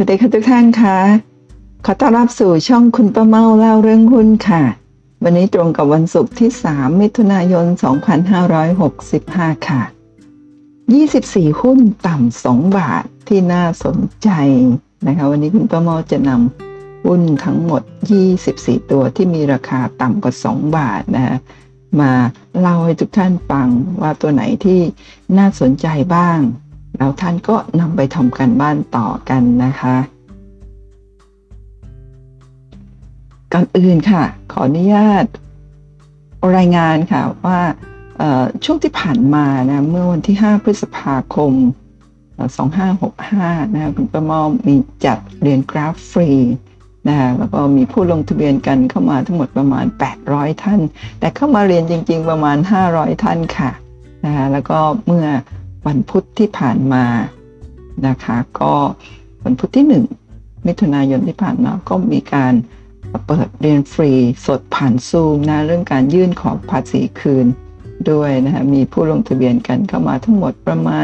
วัสดีค่ะทุกท่านค่ะขอต้อนรับสู่ช่องคุณป้าเมาเล่าเรื่องหุ้นค่ะวันนี้ตรงกับวันศุกร์ที่3มิถุนายน2565ค่ะ24หุ้นต่ำ2 บาทที่น่าสนใจนะคะวันนี้คุณป้าเมาจะนำหุ้นทั้งหมด24ตัวที่มีราคาต่ำกว่า2 บาทนะมาเล่าให้ทุกท่านฟังว่าตัวไหนที่น่าสนใจบ้างแล้วท่านก็นำไปทำการบ้านต่อกันนะคะก่อนอื่นค่ะขออนุญาตรายงานค่ะว่าช่วงที่ผ่านมานะเมื่อวันที่5พฤษภาคม2565นะคุณประมอมีจัดเรียนกราฟฟรีนะแล้วก็มีผู้ลงทะเบียนกันเข้ามาทั้งหมดประมาณ800ท่านแต่เข้ามาเรียนจริงๆประมาณ500ท่านค่ะนะแล้วก็เมื่อวันพุธที่ผ่านมานะคะก็วันพุธที่1มิถุนายนที่ผ่านมาก็มีการเปิดเรียนฟรีสดผ่านซูมนะเรื่องการยื่นขอภาษีคืนด้วยนะคะมีผู้ลงทะเบียนกันเข้ามาทั้งหมดประมาณ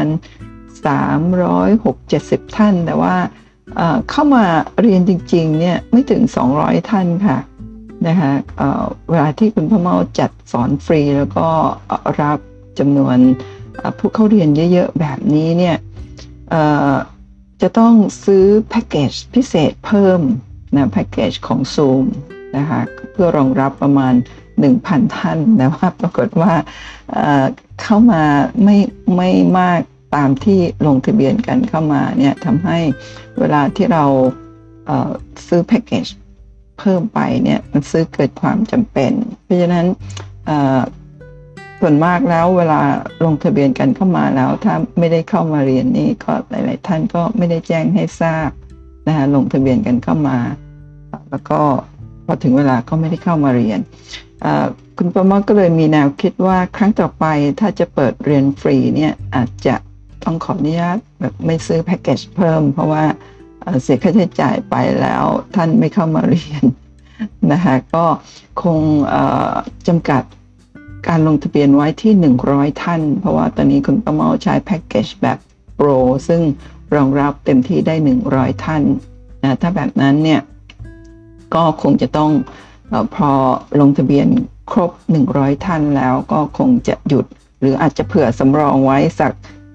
360-70ท่านแต่ว่าเข้ามาเรียนจริงๆเนี่ยไม่ถึง200ท่านค่ะนะคะเวลาที่คุณพ่อเมาจัดสอนฟรีแล้วก็รับจำนวนผู้เข้าเรียนเยอะๆแบบนี้เนี่ยจะต้องซื้อแพ็กเกจพิเศษเพิ่มนะแพ็กเกจของ Zoom นะคะเพื่อรองรับประมาณ 1,000 ท่านแต่ว่าปรากฏว่าเข้ามาไม่มากตามที่ลงทะเบียนกันเข้ามาเนี่ยทำให้เวลาที่เราซื้อแพ็กเกจเพิ่มไปเนี่ยมันซื้อเกิดความจำเป็นเพราะฉะนั้นส่วนมากแล้วเวลาลงทะเบียนกันเข้ามาแล้วถ้าไม่ได้เข้ามาเรียนนี่ก็หลายๆท่านก็ไม่ได้แจ้งให้ทราบนะคะลงทะเบียนกันเข้ามาแล้วก็พอถึงเวลาก็ไม่ได้เข้ามาเรียนคุณประมอก็เลยมีแนวคิดว่าครั้งต่อไปถ้าจะเปิดเรียนฟรีเนี่ยอาจจะต้องขออนุญาตแบบไม่ซื้อแพ็กเกจเพิ่มเพราะว่าเสียค่าใช้จ่ายไปแล้วท่านไม่เข้ามาเรียนนะคะก็คงจำกัดการลงทะเบียนไว้ที่100ท่านเพราะว่าตอนนี้คุณประมอใช้แพ็กเกจแบบโปรซึ่งรองรับเต็มที่ได้100ท่านนะถ้าแบบนั้นเนี่ยก็คงจะต้องพอลงทะเบียนครบ100ท่านแล้วก็คงจะหยุดหรืออาจจะเผื่อสำรองไว้สัก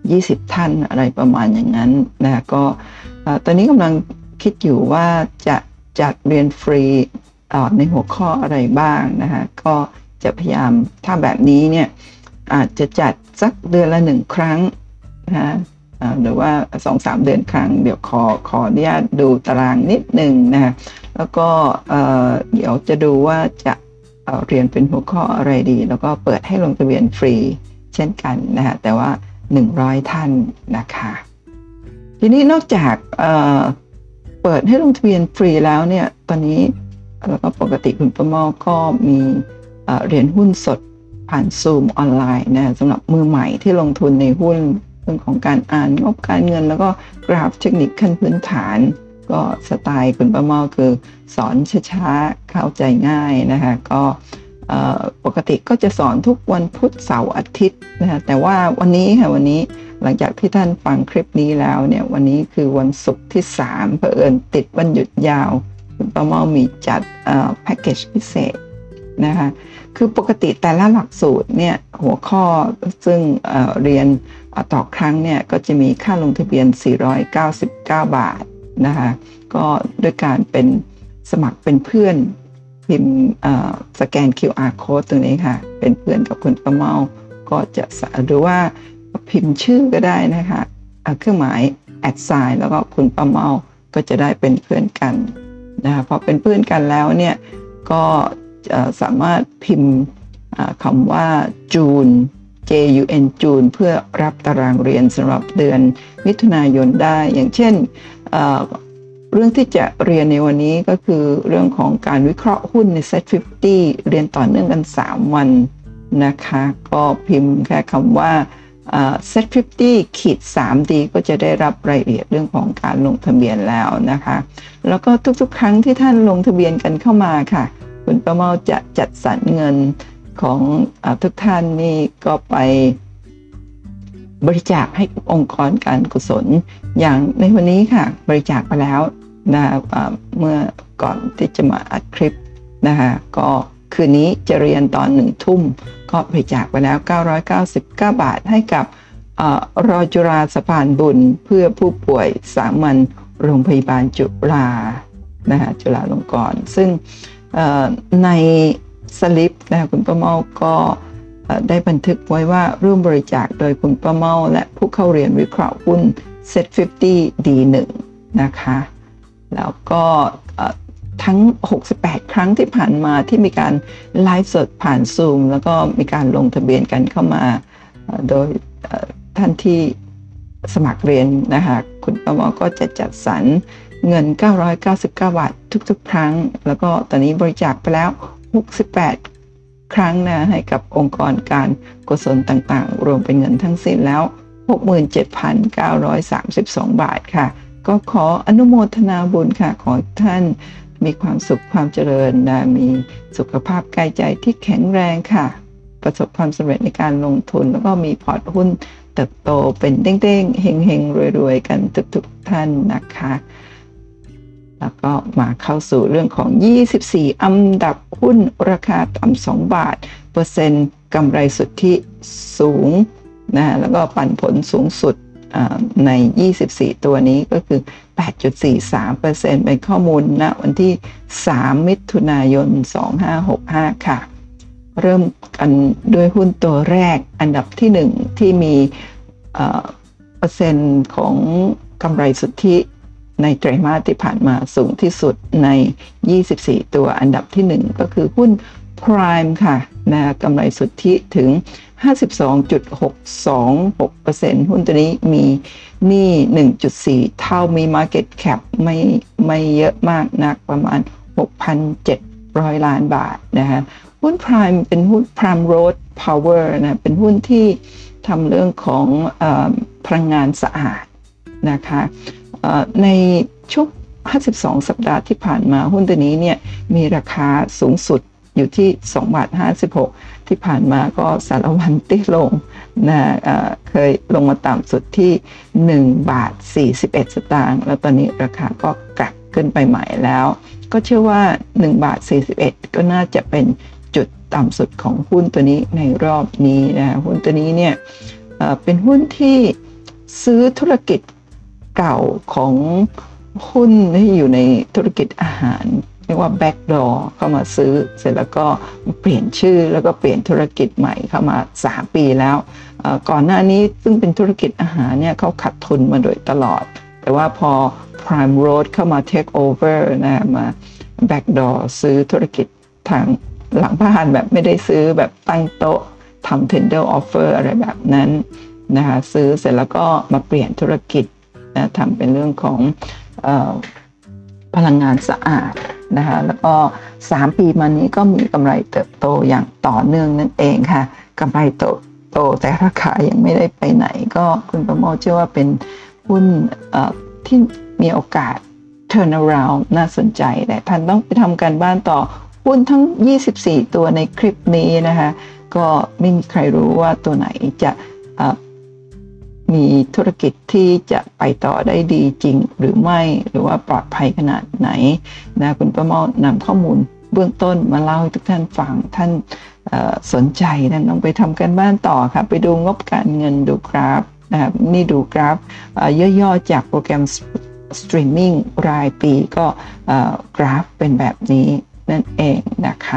20ท่านอะไรประมาณอย่างนั้นนะก็ตอนนี้กำลังคิดอยู่ว่าจะจัดเรียนฟรีในหัวข้ออะไรบ้างนะคะก็จะพยายามถ้าแบบนี้เนี่ยอาจจะจัดสักเดือนละ1ครั้งนะหรือว่า 2-3 เดือนครั้งเดี๋ยวขออนุญาตดูตารางนิดนึงนะแล้วก็เดี๋ยวจะดูว่าจะเรียนเป็นหัวข้ออะไรดีแล้วก็เปิดให้ลงทะเบียนฟรีเช่นกันนะแต่ว่า100ท่านนะคะทีนี้นอกจากเปิดให้ลงทะเบียนฟรีแล้วเนี่ยตอนนี้แล้วก็ปกติคุณประมอก็มีเรียนหุ้นสดผ่านซูมออนไลน์นะสำหรับมือใหม่ที่ลงทุนในหุ้นเรื่องของการอ่านงบการเงินแล้วก็กราฟเทคนิคขั้นพื้นฐานก็สไตล์คุณป้าเมาคือสอนช้าๆเข้าใจง่ายนะคะก็ปกติก็จะสอนทุกวันพุธเสาร์อาทิตย์นะคะแต่ว่าวันนี้ค่ะวันนี้หลังจากที่ท่านฟังคลิปนี้แล้วเนี่ยวันนี้คือวันศุกร์ที่3เผอิญติดวันหยุดยาวคุณป้าเมามีจัดแพ็กเกจพิเศษนะคะคือปกติแต่ละหลักสูตรเนี่ยหัวข้อซึ่งเรียนต่อครั้งเนี่ยก็จะมีค่าลงทะเบียน499 บาทนะคะก็ด้วยการเป็นสมัครเป็นเพื่อนพิมพ์สแกน QR code ตรงนี้ค่ะเป็นเพื่อนกับคุณป้าเมาก็จะหรือว่าพิมพ์ชื่อก็ได้นะคะเครื่องหมาย@แล้วก็คุณป้าเมาก็จะได้เป็นเพื่อนกันนะคะพอเป็นเพื่อนกันแล้วเนี่ยก็สามารถพิมพ์คำว่าจูน JUN จูนเพื่อรับตารางเรียนสำหรับเดือนมิถุนายนได้อย่างเช่นเรื่องที่จะเรียนในวันนี้ก็คือเรื่องของการวิเคราะห์หุ้นใน Set50 เรียนต่อเนื่องกัน3วันนะคะก็พิมพ์แค่คำว่าSet50-3D ก็จะได้รับรายละเอียดเรื่องของการลงทะเบียนแล้วนะคะแล้วก็ทุกๆครั้งที่ท่านลงทะเบียนกันเข้ามาค่ะคุณป้าเมาจะจัดสรรเงินของทุกท่านนี่ก็ไปบริจาคให้องค์กรการกุศลอย่างในวันนี้ค่ะบริจาคไปแล้วนะเมื่อก่อนที่จะมาอัดคลิปนะคะก็คืนนี้จะเรียนตอน1 ทุ่มก็บริจาคไปแล้ว999 บาทให้กับรอจุฬาสะพานบุญเพื่อผู้ป่วยสามัญโรงพยาบาลจุฬานะคะจุฬาลงกรณ์ซึ่งในสลิปนะคะคุณป้าเมาก็ได้บันทึกไว้ว่าร่วมบริจาคโดยคุณป้าเมาและผู้เข้าเรียนวิเคราะห์หุ้น Set50 D1 นะคะแล้วก็ทั้ง68ครั้งที่ผ่านมาที่มีการไลฟ์สดผ่านซูมแล้วก็มีการลงทะเบียนกันเข้ามาโดยท่านที่สมัครเรียนนะคะคุณป้าเมาก็จะจัดสรรเงิน999 บาททุกๆครั้งแล้วก็ตอนนี้บริจาคไปแล้ว68ครั้งนะให้กับองค์กรการกุศลต่างๆรวมเป็นเงินทั้งสิ้นแล้ว 67,932 บาทค่ะก็ขออนุโมทนาบุญค่ะขอให้ท่านมีความสุขความเจริญนะมีสุขภาพกายใจที่แข็งแรงค่ะประสบความสำเร็จในการลงทุนแล้วก็มีพอร์ตหุ้นเติบโตเป็นเด้งๆเฮงๆรวยๆกันทุกๆท่านนะคะแล้วก็มาเข้าสู่เรื่องของ24อันดับหุ้นราคาต่ำ2 บาทเปอร์เซ็นต์กำไรสุทธิสูงนะแล้วก็ปันผลสูงสุดใน24ตัวนี้ก็คือ 8.43% เป็นข้อมูลณวันที่3 มิถุนายน 2565 ค่ะเริ่มกันด้วยหุ้นตัวแรกอันดับที่1ที่มีเปอร์เซ็นต์ของกำไรสุทธิในไตรมาสที่ผ่านมาสูงที่สุดใน24ตัวอันดับที่1ก็คือหุ้น Prime ค่ะนะกำไรสุทธิถึง 52.626% หุ้นตัวนี้มีหนี้ 1.4 เท่ามี Market Cap ไม่เยอะมากนักประมาณ 6,700 ล้านบาทนะคะหุ้น Prime เป็นหุ้น Prime Road Power นะเป็นหุ้นที่ทำเรื่องของพลังงานสะอาดนะคะในช่วง52 สัปดาห์ที่ผ่านมาหุ้นตัวนี้เนี่ยมีราคาสูงสุดอยู่ที่2.56 ที่ผ่านมาก็สารวันติลงนะเคยลงมาต่ำสุดที่1.41 สตางค์แล้วตอนนี้ราคาก็กลับขึ้นไปใหม่แล้วก็เชื่อว่า1.41 ก็น่าจะเป็นจุดต่ำสุดของหุ้นตัวนี้ในรอบนี้นะหุ้นตัวนี้เนี่ยเป็นหุ้นที่ซื้อธุรกิจเก่าของหุ้นที่อยู่ในธุรกิจอาหารเรียกว่า backdoor เข้ามาซื้อเสร็จแล้วก็เปลี่ยนชื่อแล้วก็เปลี่ยนธุรกิจใหม่เข้ามา3 ปีแล้วก่อนหน้านี้ซึ่งเป็นธุรกิจอาหารเนี่ยเขาขาดทุนมาโดยตลอดแต่ว่าพอ Prime Road เข้ามา take over นะมา backdoor ซื้อธุรกิจทางหลังบ้านแบบไม่ได้ซื้อแบบตั้งโต๊ะทำ tender offer อะไรแบบนั้นนะคะซื้อเสร็จแล้วก็มาเปลี่ยนธุรกิจนะทำเป็นเรื่องของพลังงานสะอาดนะคะแล้วก็3 ปีมานี้ก็มีกำไรเติบโตอย่างต่อเนื่องนั่นเองค่ะกำไรโตแต่ราคายังไม่ได้ไปไหนก็คุณประโมทเชื่อว่าเป็นหุ้นที่มีโอกาส turn around น่าสนใจแต่ท่านต้องไปทำการบ้านต่อหุ้นทั้ง24ตัวในคลิปนี้นะคะก็ไม่มีใครรู้ว่าตัวไหนจะมีธุรกิจที่จะไปต่อได้ดีจริงหรือไม่หรือว่าปลอดภัยขนาดไหนนะคุณประเมานำข้อมูลเบื้องต้นมาเล่าให้ทุกท่านฟังท่านสนใจท่านต้องไปทำกันบ้านต่อครับไปดูงบการเงินดูกราฟนะครับนี่ดูกราฟย่อๆจากโปรแกรมสตรีมมิ่งรายปีก็กราฟเป็นแบบนี้นั่นเองนะคะ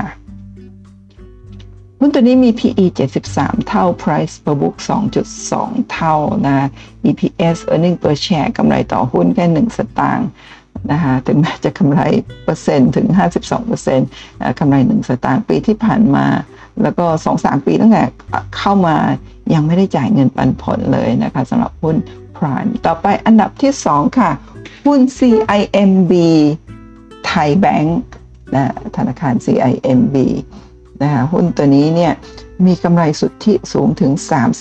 หุ้นตัวนี้มี PE 73 เท่า Price per book 2.2 เท่านะ EPS earning per share กำไรต่อหุ้นแค่1 สตางค์นะคะถึงแม้จะกำไรเปอร์เซ็นต์ถึง 52% กำไร1 สตางค์ปีที่ผ่านมาแล้วก็ 2-3 ปีตั้งแต่เข้ามายังไม่ได้จ่ายเงินปันผลเลยนะคะสำหรับหุ้น Prime ต่อไปอันดับที่2ค่ะหุ้น CIMB ไทยแบงค์นะธนาคาร CIMBนะคะหุ้นตัวนี้เนี่ยมีกำไรสุทธิสูงถึง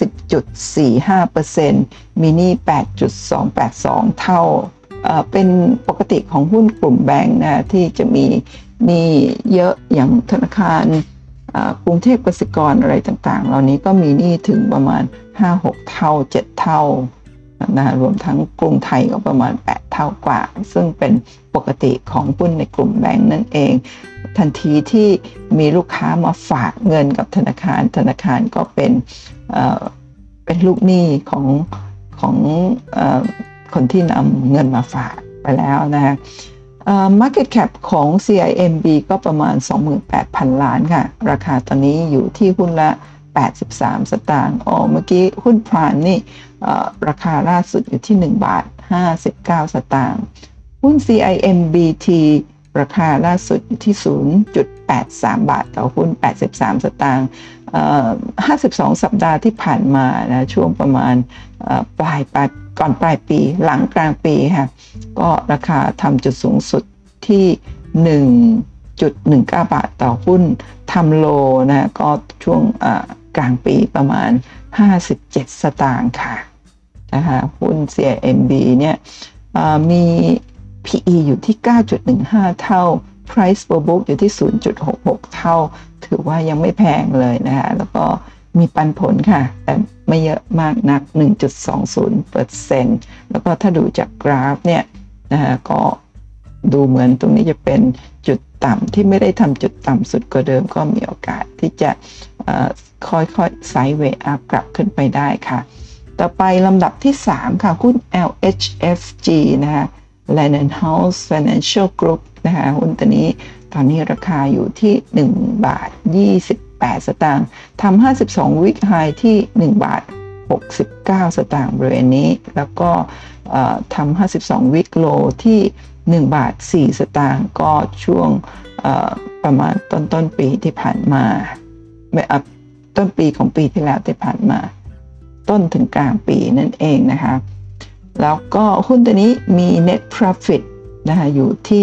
30.45% มีหนี้ 8.282 เท่าเป็นปกติของหุ้นกลุ่มแบงค์นะที่จะมีหนี้เยอะอย่างธนาคารกรุงเทพกสิกรอะไรต่างๆเหล่านี้ก็มีหนี้ถึงประมาณ 5-6 เท่า 7 เท่านะรวมทั้งกรุงไทยก็ประมาณ 8 เท่ากว่าซึ่งเป็นปกติของหุ้นในกลุ่มแบงก์นั่นเองทันทีที่มีลูกค้ามาฝากเงินกับธนาคารก็เป็นลูกหนี้ของคนที่นำเงินมาฝากไปแล้วนะฮะmarket cap ของ CIMB ก็ประมาณ 28,000 ล้านค่ะราคาตอนนี้อยู่ที่หุ้นละ83 สตางค์เมื่อกี้หุ้นพรานนี่ราคาล่าสุดอยู่ที่1 บาท 59 สตางค์หุ้น CIMBT ราคาล่าสุดอยู่ที่ 0.83 บาทต่อหุ้น83 สตางค์52 สัปดาห์ที่ผ่านมานะช่วงประมาณก่อนปลายปีหลังกลางปีค่ะก็ราคาทำจุดสูงสุดที่ 1.19 บาทต่อหุ้นทำโลนะก็ช่วงกลางปีประมาณ57 สตางค์ค่ะนะคะหุ้น CIMB เนี่ยมี PE อยู่ที่ 9.15 เท่า Price per book อยู่ที่ 0.66 เท่าถือว่ายังไม่แพงเลยนะคะแล้วก็มีปันผลค่ะแต่ไม่เยอะมากนัก 1.20% แล้วก็ถ้าดูจากกราฟเนี่ยนะคะก็ดูเหมือนตรงนี้จะเป็นจุดต่ำที่ไม่ได้ทำจุดต่ำสุดกว่าเดิมก็มีโอกาสที่จะค่อยๆไซด์เวย์อัพกลับขึ้นไปได้ค่ะต่อไปลำดับที่3ค่ะหุ้น LHFG นะคะ Land House Financial Group นะคะหุ้นตัวนี้ตอนนี้ราคาอยู่ที่1 บาท 28 สตางค์ทำ52 วิกไฮที่1 บาท 69 สตางค์บริเวณนี้แล้วก็ทำ52 วิกโลที่1 บาท 4 สตางค์ก็ช่วงประมาณต้นปีที่ผ่านมาต้นปีของปีที่แล้วที่ผ่านมาต้นถึงกลางปีนั่นเองนะคะแล้วก็หุ้นตัวนี้มี net profit นะคะอยู่ที่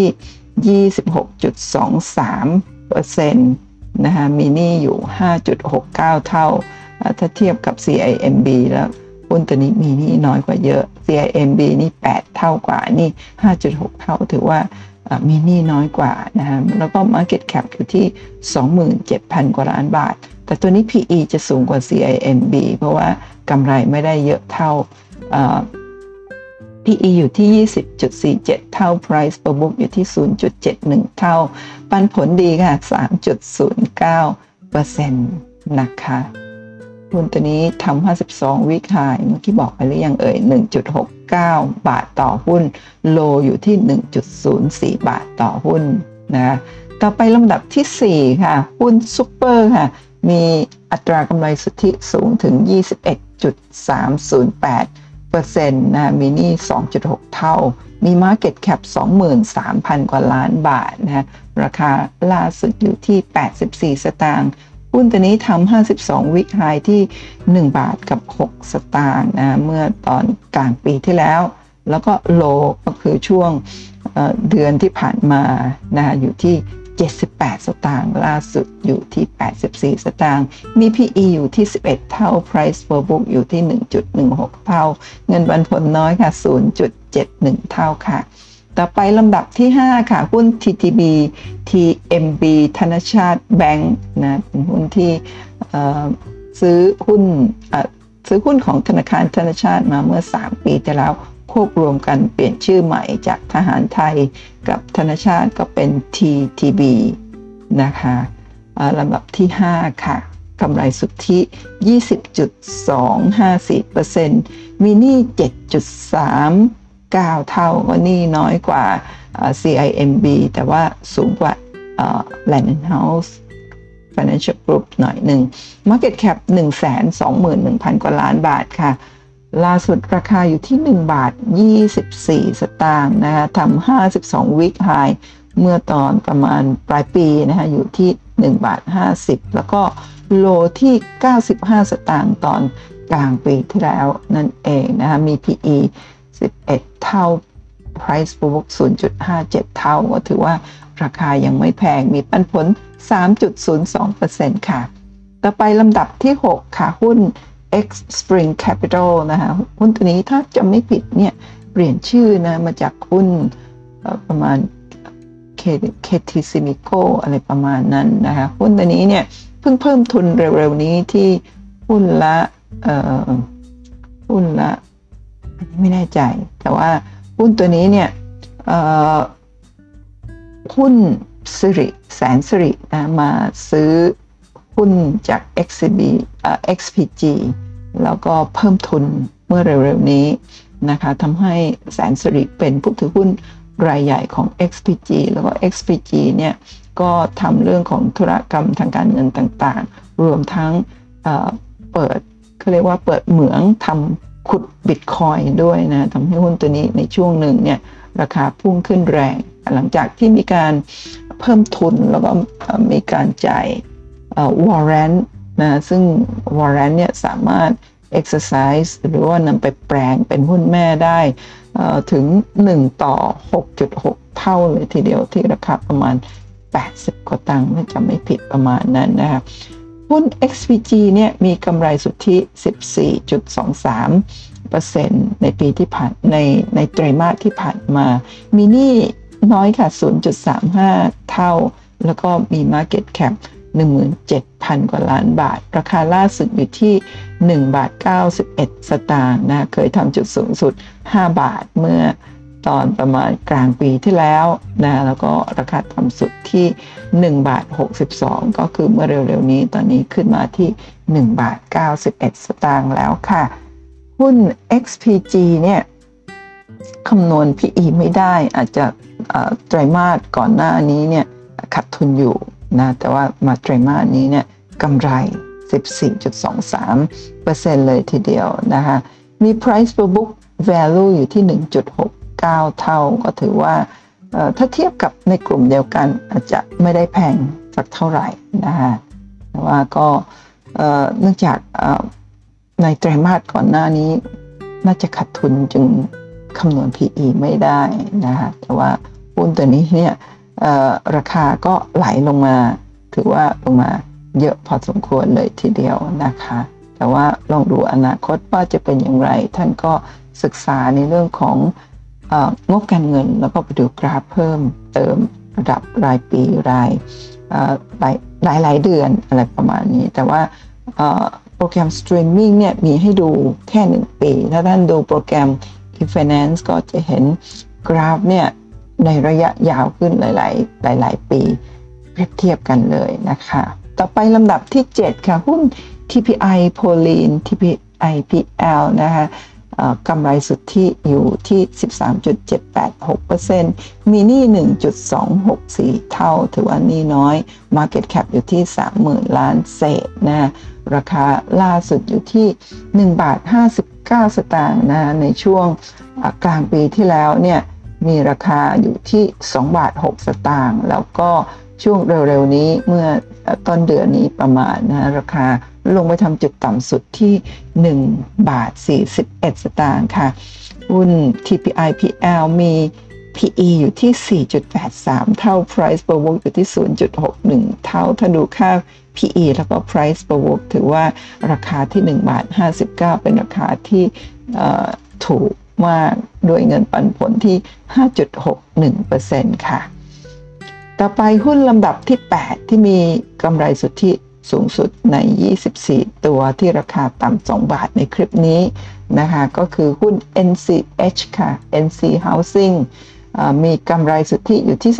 26.23% นะคะมีหนี้อยู่ 5.69 เท่าถ้าเทียบกับ CIMB แล้วหุ้นตัวนี้มีหนี้น้อยกว่าเยอะ CIMB นี่8 เท่ากว่านี่ 5.6 เท่าถือว่ามีหนี้น้อยกว่านะคะแล้วก็ market cap อยู่ที่ 27,000 กว่าล้านบาทแต่ตัวนี้ PE จะสูงกว่า CIMB เพราะว่ากำไรไม่ได้เยอะเท่าPE อยู่ที่ 20.47 เท่า Price per book อยู่ที่ 0.71 เท่าปันผลดีค่ะ 3.09% นะคะหุ้นตัวนี้ทำ52 วิกไฮเมื่อกี้บอกไปหรือยัง1.69 บาทต่อหุ้นโลอยู่ที่ 1.04 บาทต่อหุ้นนะต่อไปลำดับที่4ค่ะหุ้นซุปเปอร์ค่ะมีอัตรากำไรสุทธิสูงถึง 21.308%นะมีหนี้ 2.6 เท่ามี Market Cap 23,000 กว่าล้านบาทนะราคาล่าสุดอยู่ที่84 สตางค์หุ้นตัวนี้ทำ52 วิกไฮที่1 บาทกับ 6 สตางค์นะเมื่อตอนกลางปีที่แล้วแล้วก็โลก็คือช่วงเดือนที่ผ่านมานะอยู่ที่78 สตางค์ล่าสุดอยู่ที่84 สตางค์มี PE อยู่ที่11 เท่า Price per book อยู่ที่ 1.16 เท่าเงินปันผลน้อยค่ะ 0.71 เท่าค่ะต่อไปลำดับที่5ค่ะหุ้น TTB TMB ธนชาติแบงค์นะเป็นหุ้นที่ซื้อหุ้นของธนาคารธนชาติมาเมื่อ3 ปีที่แล้วควบรวมกันเปลี่ยนชื่อใหม่จากทหารไทยกับธนชาติก็เป็น TTB นะคะลำดับที่5ค่ะกำไรสุทธิ 20.254% มีหนี้ 7.39 เท่าก็หนี้น้อยกว่าCIMB แต่ว่าสูงกว่า Land House Financial Group หน่อยหนึ่ง Market Cap 121,000 กว่าล้านบาทค่ะล่าสุดราคาอยู่ที่1 บาท 24 สตางค์นะคะทำ52 วิกไฮเมื่อตอนประมาณปลายปีนะคะอยู่ที่1 บาท 50แล้วก็โลที่95 สตางค์ตอนกลางปีที่แล้วนั่นเองนะคะมี PE 11 เท่า Price per book 0.57 เท่าก็ถือว่าราคายังไม่แพงมีปันผล 3.02% ค่ะต่อไปลำดับที่6ค่ะหุ้นX Spring Capital นะคะหุ้นตัวนี้ถ้าจะไม่ผิดเนี่ยเปลี่ยนชื่อนะมาจากหุ้นประมาณ KT Simico อะไรประมาณนั้นนะคะหุ้นตัวนี้เนี่ยเพิ่งเพิ่มทุนเร็วๆนี้ที่หุ้นละหุ้นละไม่แน่ใจแต่ว่าหุ้นตัวนี้เนี่ยหุ้นแสนสิรินะมาซื้อหุ้นจาก XPG แล้วก็เพิ่มทุนเมื่อเร็วๆนี้นะคะทำให้แสนสิริเป็นผู้ถือหุ้นรายใหญ่ของ XPG แล้วก็ XPG เนี่ยก็ทำเรื่องของธุรกรรมทางการเงินต่างๆรวมทั้งเขาเรียกว่าเปิดเหมืองทำขุดบิตคอยน์ด้วยนะทำให้หุ้นตัวนี้ในช่วงหนึ่งเนี่ยราคาพุ่งขึ้นแรงหลังจากที่มีการเพิ่มทุนแล้วก็มีการจ่ายวอร์เรนต์นะซึ่งวอร์เรนต์เนี่ยสามารถ exercise หรือว่านำไปแปลงเป็นหุ้นแม่ได้ถึง1 ต่อ 6.6 เท่าเลยทีเดียวที่ราคาประมาณ80 กว่าตังค์ถ้าจำไม่ผิดประมาณนั้นนะครับหุ้น XPG เนี่ยมีกำไรสุทธิ 14.23% ในปีที่ผ่านในไตรมาสที่ผ่านมามีหนี้น้อยค่ะ 0.35 เท่าแล้วก็มี Market Cap 17,000 กว่าล้านบาทราคาล่าสุดอยู่ที่1.91 สตางค์นะเคยทำจุดสูงสุด5 บาทเมื่อตอนประมาณกลางปีที่แล้วนะแล้วก็ราคาต่ำสุดที่1.62 ก็คือเมื่อเร็วๆนี้ตอนนี้ขึ้นมาที่1.91 สตางค์แล้วค่ะหุ้น XPG เนี่ยคำนวณ PE ไม่ได้อาจจะไตรมาสก่อนหน้านี้เนี่ยขาดทุนอยู่นะแต่ว่ามาไตรมาสนี้เนี่ยกำไร 14.23% เลยทีเดียวนะคะมี Price per book value อยู่ที่ 1.69 เท่าก็ถือว่าถ้าเทียบกับในกลุ่มเดียวกันอาจจะไม่ได้แพงสักเท่าไหร่นะคะแต่ว่าก็เนื่องจากในไตรมาสก่อนหน้านี้น่าจะขาดทุนจึงคำนวณ PE ไม่ได้นะคะแต่ว่าหุ้นตัวนี้เนี่ยราคาก็ไหลลงมาถือว่าลงมาเยอะพอสมควรเลยทีเดียวนะคะแต่ว่าลองดูอนาคตว่าจะเป็นอย่างไรท่านก็ศึกษาในเรื่องของงบการเงินแล้วก็ไปดูกราฟเพิ่มเติมระดับรายปีรายหลายเดือนอะไรประมาณนี้แต่ว่าโปรแกรมสตรีมมิ่งเนี่ยมีให้ดูแค่1 ปีถ้าท่านดูโปรแกรม e-finance ก็จะเห็นกราฟเนี่ยในระยะยาวขึ้นหลายปีเปรียบเทียบกันเลยนะคะต่อไปลำดับที่7ค่ะหุ้น TPI Poline TPIPL นะคะกำไรสุทธิอยู่ที่ 13.786% มีหนี้ 1.264 เท่าถือว่าหนี้น้อย Market Cap อยู่ที่ 30,000 ล้านเศษนะราคาล่าสุดอยู่ที่1.59 สตางค์นะในช่วงกลางปีที่แล้วเนี่ยมีราคาอยู่ที่2.06 สตางค์แล้วก็ช่วงเร็วๆนี้เมื่อต้นเดือนนี้ประมาณนะราคาลงไปทำจุดต่ำสุดที่1.41 สตางค์ค่ะหุ้น TPIPL มี PE อยู่ที่ 4.83 เท่า Price per book อยู่ที่ 0.61 เท่าถ้าดูค่า PE แล้วก็ Price per book ถือว่าราคาที่1.59 เป็นราคาที่ถูกมากด้วยเงินปันผลที่ 5.61% ค่ะต่อไปหุ้นลำดับที่8ที่มีกำไรสุทธิสูงสุดใน24ตัวที่ราคาต่ำ2 บาทในคลิปนี้นะคะก็คือหุ้น NCH ค่ะ NC Housing มีกำไรสุทธิอยู่ที่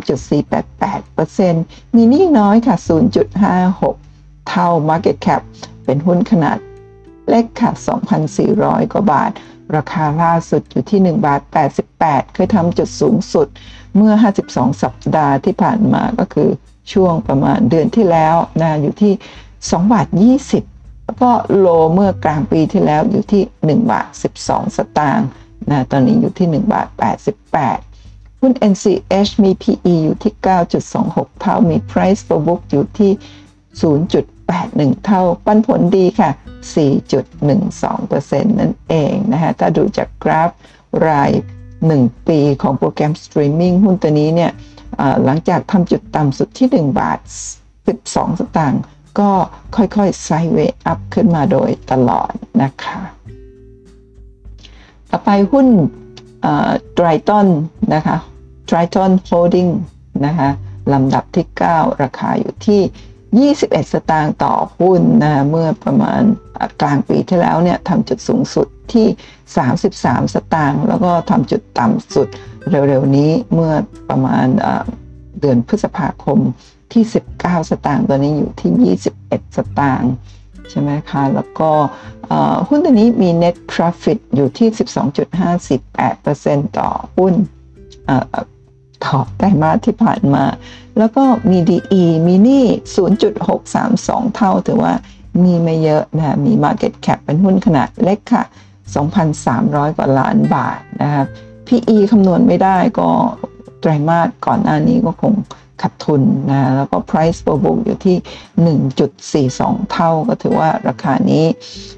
13.488% มีหนี้น้อยค่ะ 0.56 เท่า Market Cap เป็นหุ้นขนาดเล็กค่ะ 2,400 กว่าบาทราคาล่าสุดอยู่ที่1.88 เคยทำจุดสูงสุดเมื่อ52 สัปดาห์ที่ผ่านมาก็คือช่วงประมาณเดือนที่แล้วนะอยู่ที่2.20 แล้วก็โลเมื่อกลางปีที่แล้วอยู่ที่1.12 สตางค์นะตอนนี้อยู่ที่1.88 หุ้น NCH มี PE อยู่ที่ 9.26 เท่ามี Price per book อยู่ที่ 0.81 เท่าปันผลดีค่ะ 4.12% นั่นเองนะคะถ้าดูจากกราฟราย1 ปีของโปรแกรมสตรีมมิ่งหุ้นตัวนี้เนี่ยหลังจากทำจุดต่ำสุดที่1.12 สตางค์ก็ค่อยๆไซด์เวย์อัพขึ้นมาโดยตลอดนะคะต่อไปหุ้นTriton นะคะ Triton Holding นะคะลำดับที่9ราคาอยู่ที่ 21 สตางค์ต่อหุ้นนะเมื่อประมาณกลางปีที่แล้วเนี่ยทำจุดสูงสุดที่33 สตางค์แล้วก็ทำจุดต่ำสุดเร็วๆนี้เมื่อประมาณเดือนพฤษภาคมที่19 สตางค์ตอนนี้อยู่ที่21 สตางค์ใช่ไหมคะแล้วก็หุ้นตัวนี้มี net profit อยู่ที่ 12.58% ต่อหุ้นต่อไตรมาสที่ผ่านมาแล้วก็มี DE มีหนี้ 0.632 เท่าถือว่ามีไม่เยอะนะมี market cap เป็นหุ้นขนาดเล็กค่ะ 2,300 กว่าล้านบาทนะครับ PE คำนวณไม่ได้ก็ไตรมาสก่อนหน้านี้ก็คงขาดทุนนะแล้วก็ price per book อยู่ที่ 1.42 เท่าก็ถือว่าราคานี้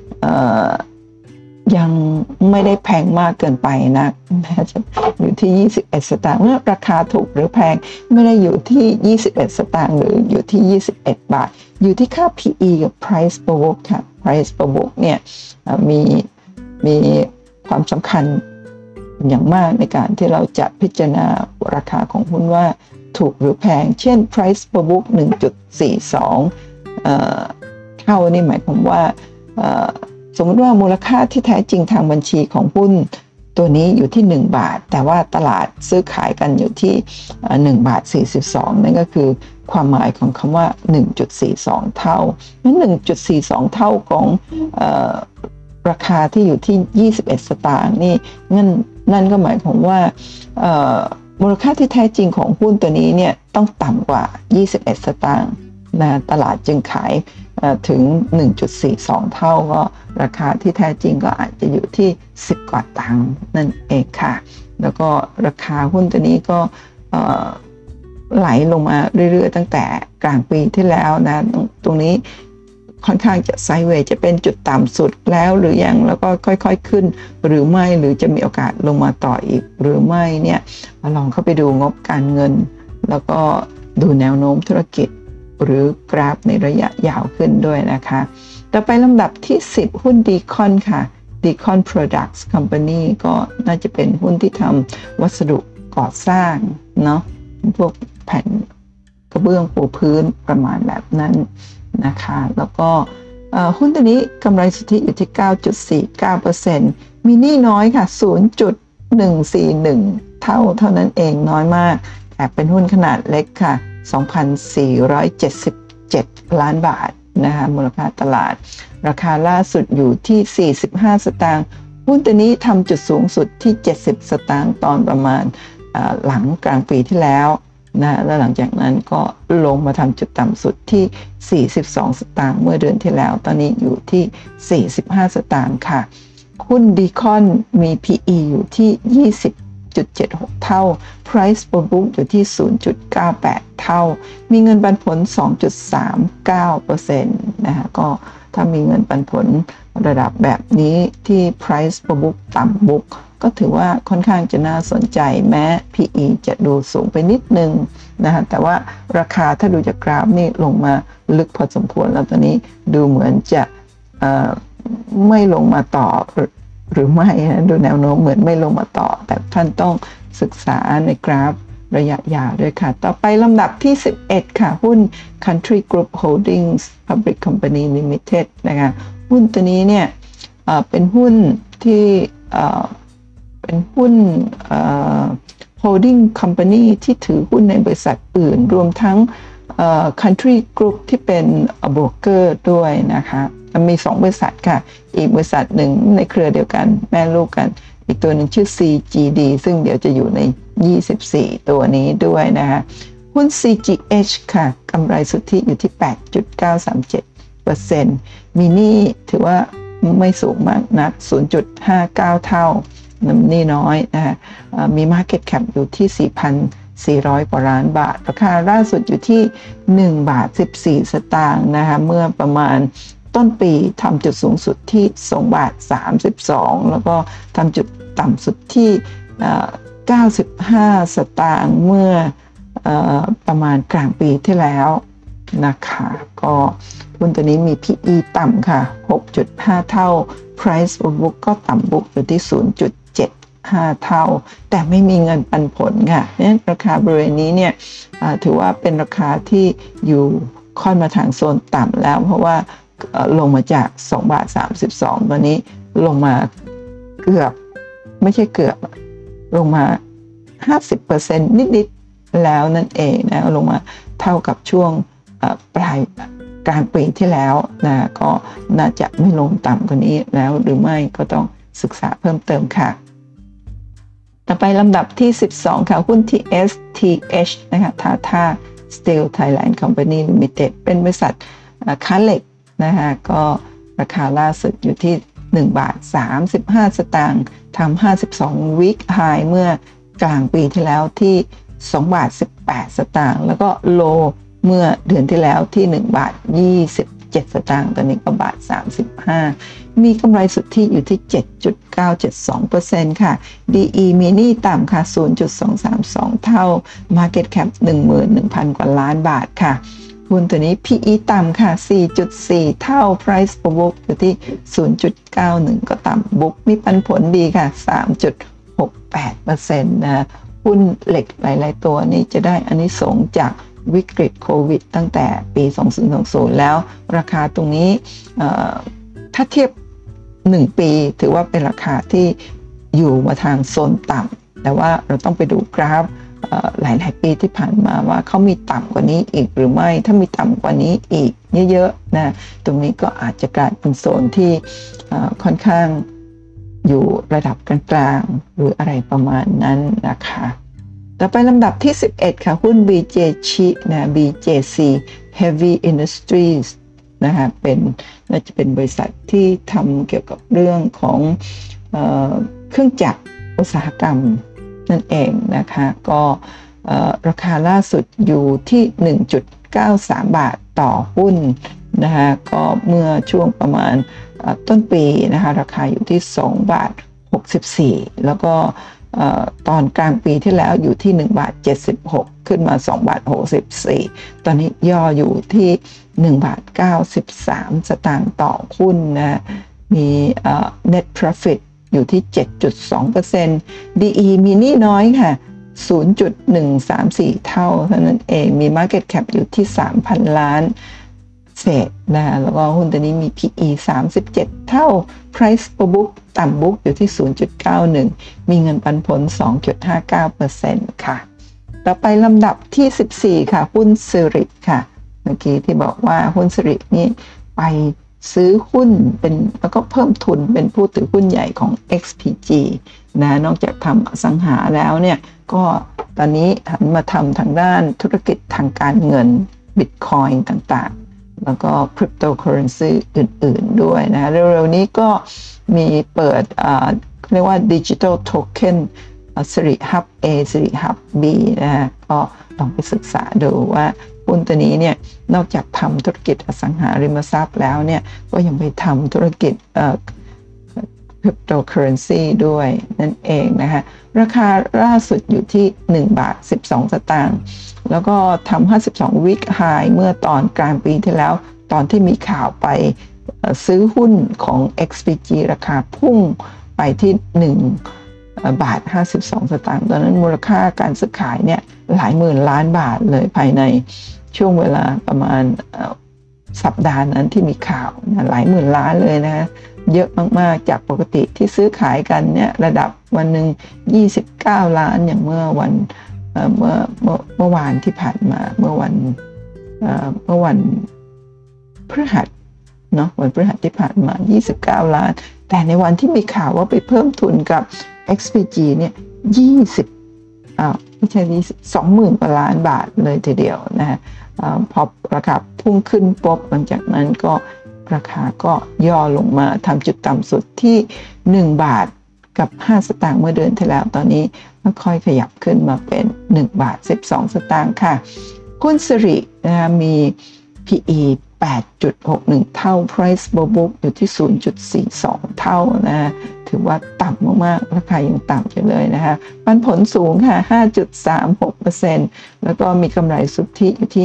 ยังไม่ได้แพงมากเกินไปนะจะอยู่ที่21 สตางค์เมื่อราคาถูกหรือแพงไม่ได้อยู่ที่21 สตางค์หรืออยู่ที่21 บาทอยู่ที่ค่า PE กับ price per book ค่ะ price per book เนี่ยมีความสำคัญอย่างมากในการที่เราจะพิจารณาราคาของหุ้นว่าถูกหรือแพงเช่น price per book 1.42 เท่านี่หมายความว่าสมมติว่ามูลค่าที่แท้จริงทางบัญชีของหุ้นตัวนี้อยู่ที่1 บาทแต่ว่าตลาดซื้อขายกันอยู่ที่1 บาท 42นั่นก็คือความหมายของคำว่า 1.42 เท่านั้น 1.42 เท่าของราคาที่อยู่ที่21 สตางค์นี่นั่นก็หมายความว่ามูลค่าที่แท้จริงของหุ้นตัวนี้เนี่ยต้องต่ำกว่า21 สตางค์นะตลาดจึงขายถึง 1.42 เท่าก็ราคาที่แท้จริงก็อาจจะอยู่ที่10 กว่าตังค์นั่นเองค่ะแล้วก็ราคาหุ้นตัวนี้ก็ไหลลงมาเรื่อยๆตั้งแต่กลางปีที่แล้วนะตรงนี้ค่อนข้างจะไซด์เวย์จะเป็นจุดต่ำสุดแล้วหรือยังแล้วก็ค่อยๆขึ้นหรือไม่หรือจะมีโอกาสลงมาต่ออีกหรือไม่เนี่ยลองเข้าไปดูงบการเงินแล้วก็ดูแนวโน้มธุรกิจหรือกราฟในระยะยาวขึ้นด้วยนะคะต่อไปลำดับที่10หุ้นดีคอนค่ะ Decon Products Company ก็น่าจะเป็นหุ้นที่ทำวัสดุก่อสร้างเนาะพวกแผ่นกระเบื้องปูพื้นประมาณแบบนั้นนะคะแล้วก็หุ้นตัวนี้กำไรสุทธิอยู่ที่ 9.49% มีหนี้น้อยค่ะ 0.141 เท่านั้นเองน้อยมากแต่เป็นหุ้นขนาดเล็กค่ะ 2,477 ล้านบาทนะคะมูลค่าตลาดราคาล่าสุดอยู่ที่45 สตางค์หุ้นตัวนี้ทำจุดสูงสุดที่70 สตางค์ตอนประมาณหลังกลางปีที่แล้วนะแล้วหลังจากนั้นก็ลงมาทำจุดต่ำสุดที่42 สตางค์เมื่อเดือนที่แล้วตอนนี้อยู่ที่45 สตางค์ค่ะหุ้นดีคอนมี PE อยู่ที่20.76 เท่า Price per book อยู่ที่ 0.98 เท่ามีเงินปันผล 2.39% นะคะก็ถ้ามีเงินปันผลระดับแบบนี้ที่ Price per book ต่ำ book ก็ถือว่าค่อนข้างจะน่าสนใจแม้ PE จะดูสูงไปนิดนึงนะคะแต่ว่าราคาถ้าดูจากกราฟนี่ลงมาลึกพอสมควรแล้วตอนนี้ดูเหมือนจะไม่ลงมาต่อหรือไม่นะดูแนวโน้มเหมือนไม่ลงมาต่อแต่ท่านต้องศึกษาในกราฟระยะยาวด้วยค่ะต่อไปลำดับที่11ค่ะหุ้น Country Group Holdings Public Company Limited นะคะหุ้นตัวนี้เนี่ยเป็นหุ้นที่เป็นหุ้นholding company ที่ถือหุ้นในบริษัทอื่นรวมทั้งCountry Group ที่เป็นโบรกเกอร์ด้วยนะคะมี2 บริษัทค่ะอีกบริษัทหนึ่งในเครือเดียวกันแม่ลูกกันอีกตัวหนึ่งชื่อ CGD ซึ่งเดี๋ยวจะอยู่ใน24 ตัวนี้ด้วยนะคะหุ้น CGH ค่ะกำไรสุทธิอยู่ที่ 8.937% มีหนี้ถือว่าไม่สูงมากนัก 0.59 เท่านี่น้อยนะคะมี market cap อยู่ที่ 4,400 กว่าล้านบาทราคาล่าสุดอยู่ที่1 บาท 14 สตางค์นะคะเมื่อประมาณต้นปีทำจุดสูงสุดที่2 บาท 32แล้วก็ทำจุดต่ำสุดที่95 สตางค์เมื่อประมาณกลางปีที่แล้วนะคะก็หุ้นตัวนี้มี PE ต่ำค่ะ 6.5 เท่า Price per book ก็ต่ำ book อยู่ที่ 0.75 เท่าแต่ไม่มีเงินปันผลค่ะเนี่ยราคาบริเวณนี้เนี่ยถือว่าเป็นราคาที่อยู่ค่อนมาทางโซนต่ำแล้วเพราะว่าลงมาจาก2.32 บาทตอนนี้ลงมาเกือบไม่ใช่เกือบลงมา 50% นิดๆแล้วนั่นเองนะลงมาเท่ากับช่วงปลายกลางปีที่แล้วนะก็น่าจะไม่ลงต่ำกว่านี้แล้วหรือไม่ก็ต้องศึกษาเพิ่มเติมค่ะต่อไปลำดับที่12ค่ะหุ้น TSTH นะคะTata Steel Thailand Company Limited เป็นบริษัทค้าเหล็กนะคะก็ราคาล่าสุดอยู่ที่1.35 บาททำ52 week high เมื่อกลางปีที่แล้วที่2.18 บาทแล้วก็โลเมื่อเดือนที่แล้วที่1.27 บาทตอนนี้ก็1.35 มีกำไรสุทธิอยู่ที่ 7.972% ค่ะ DE mini ต่ำค่ะ 0.232 เท่า Market Cap 11,000 กว่าล้านบาทค่ะหุ้นตัวนี้ PE ต่ำค่ะ 4.4 เท่า Price per book อยู่ที่ 0.91 ก็ต่ำ book มีปันผลดีค่ะ 3.68% นะหุ้นเหล็กหลายๆตัวนี้จะได้อานิสงส์จากวิกฤตโควิดตั้งแต่ปี 2020 แล้วราคาตรงนี้ถ้าเทียบ1 ปีถือว่าเป็นราคาที่อยู่มาทางโซนต่ำแต่ว่าเราต้องไปดูกราฟหลายๆปีที่ผ่านมาว่าเขามีต่ำกว่านี้อีกหรือไม่ถ้ามีต่ำกว่านี้อีกเยอะๆนะตรงนี้ก็อาจจะกลายเป็นโซนที่ค่อนข้างอยู่ระดับกลางๆหรืออะไรประมาณนั้นนะคะต่อไปลำดับที่11ค่ะหุ้น BJC นะ BJC Heavy Industries นะคะน่าจะเป็นบริษัทที่ทำเกี่ยวกับเรื่องของเครื่องจักรอุตสาหกรรมนั่นเองนะคะก็ราคาล่าสุดอยู่ที่ 1.93 บาทต่อหุ้นนะคะก็เมื่อช่วงประมาณต้นปีนะคะราคาอยู่ที่2.64 บาทแล้วก็ตอนกลางปีที่แล้วอยู่ที่1.76 บาทขึ้นมา2.64 บาทตอนนี้ย่ออยู่ที่1.93 บาทต่อหุ้นนะมี net profit อยู่ที่ 7.2% DE มีนี่น้อยค่ะ 0.134 เท่าเท่านั้นเองมี market cap อยู่ที่ 3,000 ล้านเศษนะแล้วก็หุ้นตัวนี้มี PE 37 เท่า Price per book ต่ำ book อยู่ที่ 0.91 มีเงินปันผล 2.59% ค่ะต่อไปลำดับที่ 14ค่ะหุ้นสิริค่ะเมื่อกี้ที่บอกว่าหุ้นสิรินี่ไปซื้อหุ้นเป็นแล้วก็เพิ่มทุนเป็นผู้ถือหุ้นใหญ่ของ XPG นะนอกจากทำอสังหาแล้วเนี่ยก็ตอนนี้หันมาทำทางด้านธุรกิจทางการเงิน Bitcoin ต่างๆแล้วก็คริปโตเคอเรนซีอื่นๆด้วยนะเร็วๆนี้ก็มีเปิดเรียกว่า Digital Token สิริฮับ A สิริฮับ B นะฮะก็ลองไปศึกษาดูว่าหุ้นตัวนี้เนี่ยนอกจากทำธุรกิจอสังหาริมทรัพย์แล้วเนี่ยก็ยังไปทำธุรกิจคริปโตเคอเรนซีด้วยนั่นเองนะคะราคาล่าสุดอยู่ที่1.12 บาทแล้วก็ทำ52 week high เมื่อตอนกลางปีที่แล้วตอนที่มีข่าวไปซื้อหุ้นของ XPG ราคาพุ่งไปที่1.52 บาทตอนนั้นมูลค่าการซื้อขายเนี่ยหลายหมื่นล้านบาทเลยภายในช่วงเวลาประมาณสัปดาห์นั้นที่มีข่าวหลายหมื่นล้านเลยนะเยอะมากๆจากปกติที่ซื้อขายกันเนี่ยระดับวันหนึ่ง29 ล้านอย่างเมื่อวานที่ผ่านมาเมื่อวันพฤหัสเนาะวันพฤหัสที่ผ่านมา29 ล้านแต่ในวันที่มีข่าวว่าไปเพิ่มทุนกับ XPG เนี่ยไม่ใช่20,000 กว่าล้านบาทเลยทีเดียวนะฮะพอราคาพุ่งขึ้นปุ๊บหลังจากนั้นก็ราคาก็ย่อลงมาทำจุดต่ำสุดที่1.5 บาทเมื่อเดือนที่แล้วตอนนี้ค่อยขยับขึ้นมาเป็น1.12 บาทค่ะหุ้นสิรินะมี PE 8.61 เท่า Price per book อยู่ที่ 0.42 เท่านะถือว่าต่ำมากๆราคายังต่ำอยู่เลยนะคะปันผลสูงค่ะ 5.36% แล้วก็มีกำไรสุทธิอยู่ที่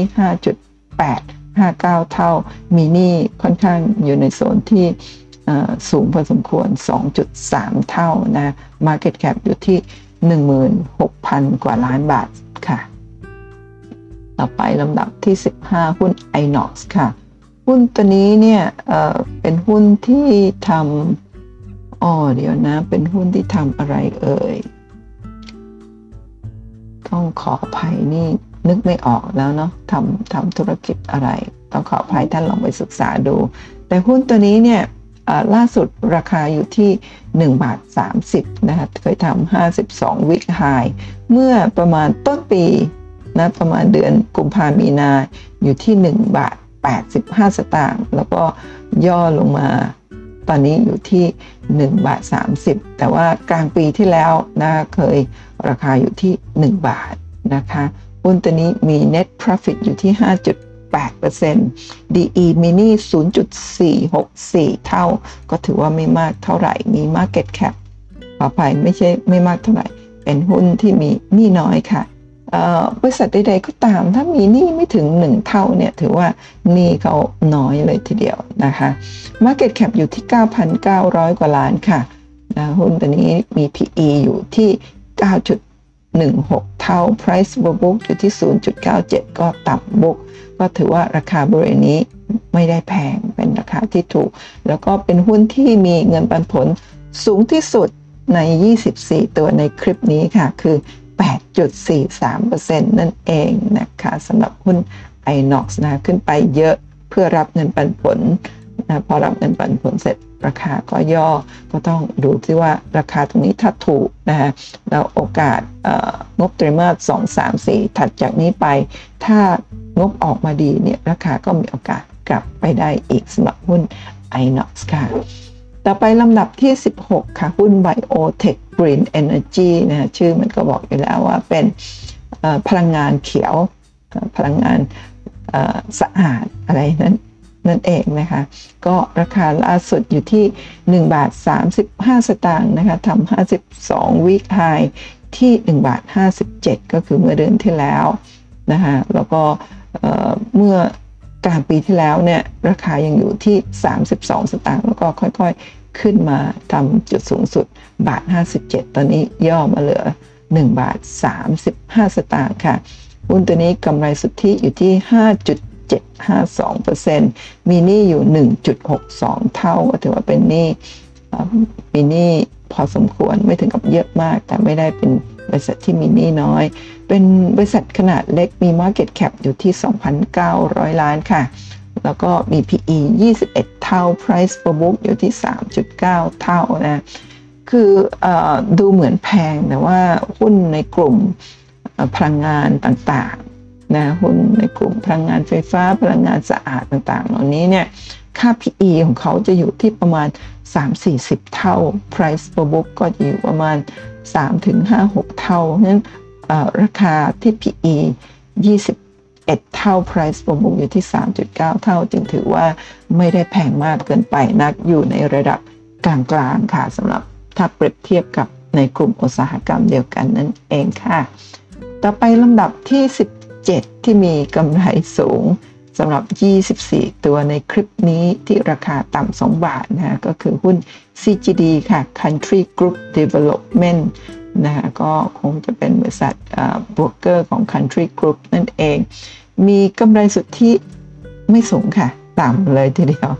5.859 เท่ามีนี่ค่อนข้างอยู่ในโซนที่สูงพอสมควร 2.3 เท่านะ Market Cap อยู่ที่ 16,000 กว่าล้านบาทค่ะต่อไปลำดับที่15หุ้น Inox ค่ะหุ้นตัวนี้เนี่ยเป็นหุ้นที่ทำเดี๋ยวนะเป็นหุ้นที่ทำอะไรเอ่ยต้องขออภัยนี่นึกไม่ออกแล้วเนาะทำธุรกิจอะไรต้องขออภัยท่านลองไปศึกษาดูแต่หุ้นตัวนี้เนี่ยล่าสุดราคาอยู่ที่1.30 บาทนะคะเคยทำ52 week high เมื่อประมาณต้นปีนะประมาณเดือนกุมภาพันธ์มีนาอยู่ที่1.85 บาทแล้วก็ย่อลงมาตอนนี้อยู่ที่1.30 บาทแต่ว่ากลางปีที่แล้วนะเคยราคาอยู่ที่1 บาทนะคะหุ้นตัวนี้มี net profit อยู่ที่ 5.8% DE mini 0.464 เท่าก็ถือว่าไม่มากเท่าไหร่มี market cap ขออภัยไม่ใช่ไม่มากเท่าไหร่เป็นหุ้นที่มีหนี้น้อยค่ะบริษัทใดๆก็ตามถ้ามีหนี้ไม่ถึง1เท่าเนี่ยถือว่าหนี้เขาน้อยเลยทีเดียวนะคะ market cap อยู่ที่ 9,900 กว่าล้านค่ะหุ้นตัวนี้มี PE อยู่ที่ 9.16 เท่า price book อยู่ที่ 0.97 ก็ต่ำ book ก็ถือว่าราคาบริเวณนี้ไม่ได้แพงเป็นราคาที่ถูกแล้วก็เป็นหุ้นที่มีเงินปันผลสูงที่สุดใน24ตัวในคลิปนี้ค่ะคือ 8.43% นั่นเองนะคะสำหรับหุ้น Inox นะขึ้นไปเยอะเพื่อรับเงินปันผลพอรับเงินปันผลเสร็จราคาก็ย่อก็ต้องดูที่ว่าราคาตรงนี้ถ้าถูกนะฮะแล้วโอกาสงบไตรมาส2 3 4ถัดจากนี้ไปถ้างบออกมาดีเนี่ยราคาก็มีโอกาสกลับไปได้อีกสำหรับหุ้น Inox ค่ะต่อไปลำดับที่16ค่ะหุ้น Biotech Green Energy นะชื่อมันก็บอกอยู่แล้วว่าเป็นพลังงานเขียวพลังงานสะอาดอะไรนั่นเองนะคะก็ราคาล่าสุดอยู่ที่1.35 บาทนะคะทำ52 week high ที่1.57 ก็คือเมื่อเดือนที่แล้วนะคะแล้วก็เมื่อกลางปีที่แล้วเนี่ยราคายังอยู่ที่32 สตางค์แล้วก็ค่อยๆขึ้นมาทำจุดสูงสุด1.57 ตอนนี้ย่อมาเหลือ1.35 สตางค์ค่ะหุ้นตัวนี้กำไรสุทธิอยู่ที่ 5.752% มีหนี้อยู่ 1.62 เท่าก็ถือว่าเป็นหนี้มีหนี้พอสมควรไม่ถึงกับเยอะมากแต่ไม่ได้เป็นบริษัทที่มีหนี้น้อยเป็นบริษัทขนาดเล็กมี market cap อยู่ที่ 2,900 ล้านค่ะแล้วก็มี PE 21 เท่า price per book อยู่ที่ 3.9 เท่านะคือดูเหมือนแพงแต่ว่าหุ้นในกลุ่มพลังงานต่างๆนะหุ้นในกลุ่มพลังงานไฟฟ้าพลังงานสะอาดต่างๆเหล่านี้เนี่ยค่า PE ของเขาจะอยู่ที่ประมาณ 3-40 เท่า price per book ก็จะอยู่ประมาณ 3-5-6 เท่างั้นราคาที่ PE 21 เท่า price per book อยู่ที่ 3.9 เท่าจึงถือว่าไม่ได้แพงมากเกินไปนักอยู่ในระดับกลางๆค่ะสำหรับถ้าเปรียบเทียบกับในกลุ่มอุตสาหกรรมเดียวกันนั่นเองค่ะต่อไปลำดับที่17ที่มีกำไรสูงสำหรับ24ตัวในคลิปนี้ที่ราคาต่ำ2 บาทนะก็คือหุ้น CGD ค่ะ Country Group Development นะก็คงจะเป็นบริษัทโบรกเกอร์ของ Country Group นั่นเองมีกำไรสุทธิไม่สูงค่ะต่ำเลยทีเดียว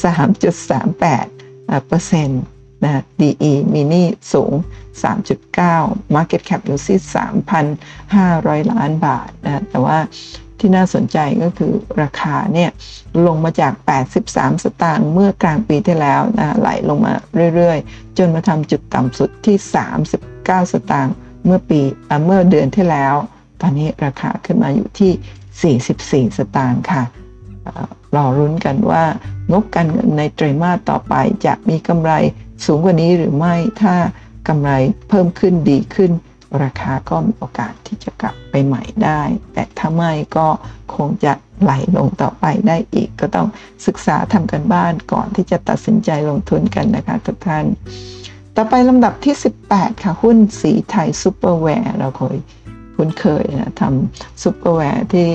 3.38% นะ DE มีหนี้สูง 3.9 Market Cap อยู่ที่ 3,500 ล้านบาทนะแต่ว่าที่น่าสนใจก็คือราคาเนี่ยลงมาจาก83 สตางค์เมื่อกลางปีที่แล้วนะไหลลงมาเรื่อยๆจนมาทำจุดต่ำสุดที่39 สตางค์เมื่อเดือนที่แล้วตอนนี้ราคาขึ้นมาอยู่ที่44 สตางค์ค่ะรอรุ้นกันว่างบการเงินในไตรมาสต่อไปจะมีกำไรสูงกว่านี้หรือไม่ถ้ากำไรเพิ่มขึ้นดีขึ้นราคาก็มีโอกาสที่จะกลับไปใหม่ได้แต่ถ้าไม่ก็คงจะไหลลงต่อไปได้อีกก็ต้องศึกษาทำกันบ้านก่อนที่จะตัดสินใจลงทุนกันนะคะทุกท่านต่อไปลำดับที่18ค่ะหุ้นสีไทยซุปเปอร์แวร์เราคุ้นเคยนะทำซุปเปอร์แวร์ที่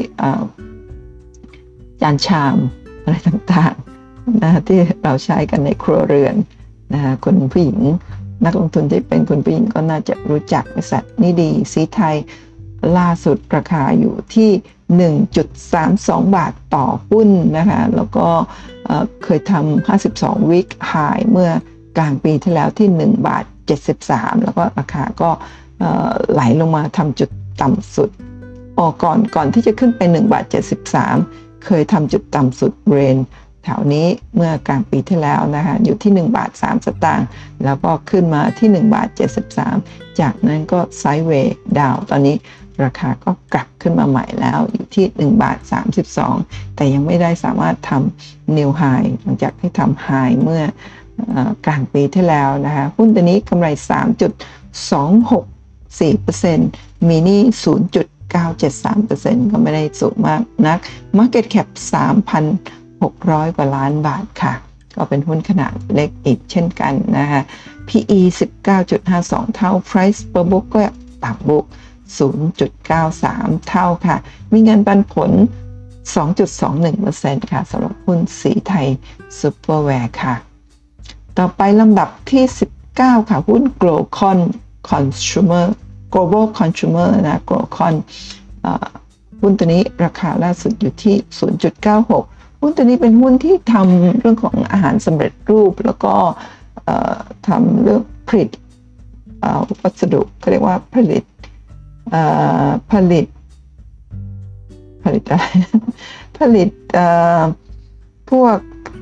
จานชามอะไรต่างๆนะที่เราใช้กันในครัวเรือนนะคุณผู้หญิงนักลงทุนที่เป็นคุณผู้หญิงก็น่าจะรู้จักบริษัทนี้ดีสีไทยล่าสุดราคาอยู่ที่ 1.32 บาทต่อหุ้นนะคะแล้วก็เคยทำ52 week high เมื่อกลางปีที่แล้วที่1บาท73แล้วก็ราคาก็ไหลลงมาทำจุดต่ำสุดก่อนที่จะขึ้นไป1บาท73เคยทำจุดต่ำสุดเรนแถวนี้เมื่อกลางปีที่แล้วนะคะอยู่ที่1บาท3สตางค์แล้วก็ขึ้นมาที่1บาท73จากนั้นก็ไซด์เวย์ดาวตอนนี้ราคาก็กลับขึ้นมาใหม่แล้วอยู่ที่1บาท32แต่ยังไม่ได้สามารถทำ New High หลังจากที่ทำ High เมื่อกลางปีที่แล้วนะคะหุ้นตัวนี้กำไร 3.264% มีหนี้ 0.973% ก็ไม่ได้สูงมากนัก Market Cap 3,600 กว่าล้านบาทค่ะก็เป็นหุ้นขนาดเล็กอีกเช่นกันนะคะ PE 19.52 เท่า Price per book ก็ต่ำบุก 0.93 เท่าค่ะมีเงินปันผล 2.21% ค่ะสำหรับหุ้นสีไทยซุปเปอร์แวร์ค่ะต่อไปลำดับที่19ค่ะหุ้น Global Consumer นะ Global หุ้นตัวนี้ราคาล่าสุดอยู่ที่ 0.96 หุ้นตัวนี้เป็นหุ้นที่ทำเรื่องของอาหารสำเร็จรูปแล้วก็ทำเรื่องผลิตวัสดุเขาเรียกว่าผลิตอะไรผลิตพวก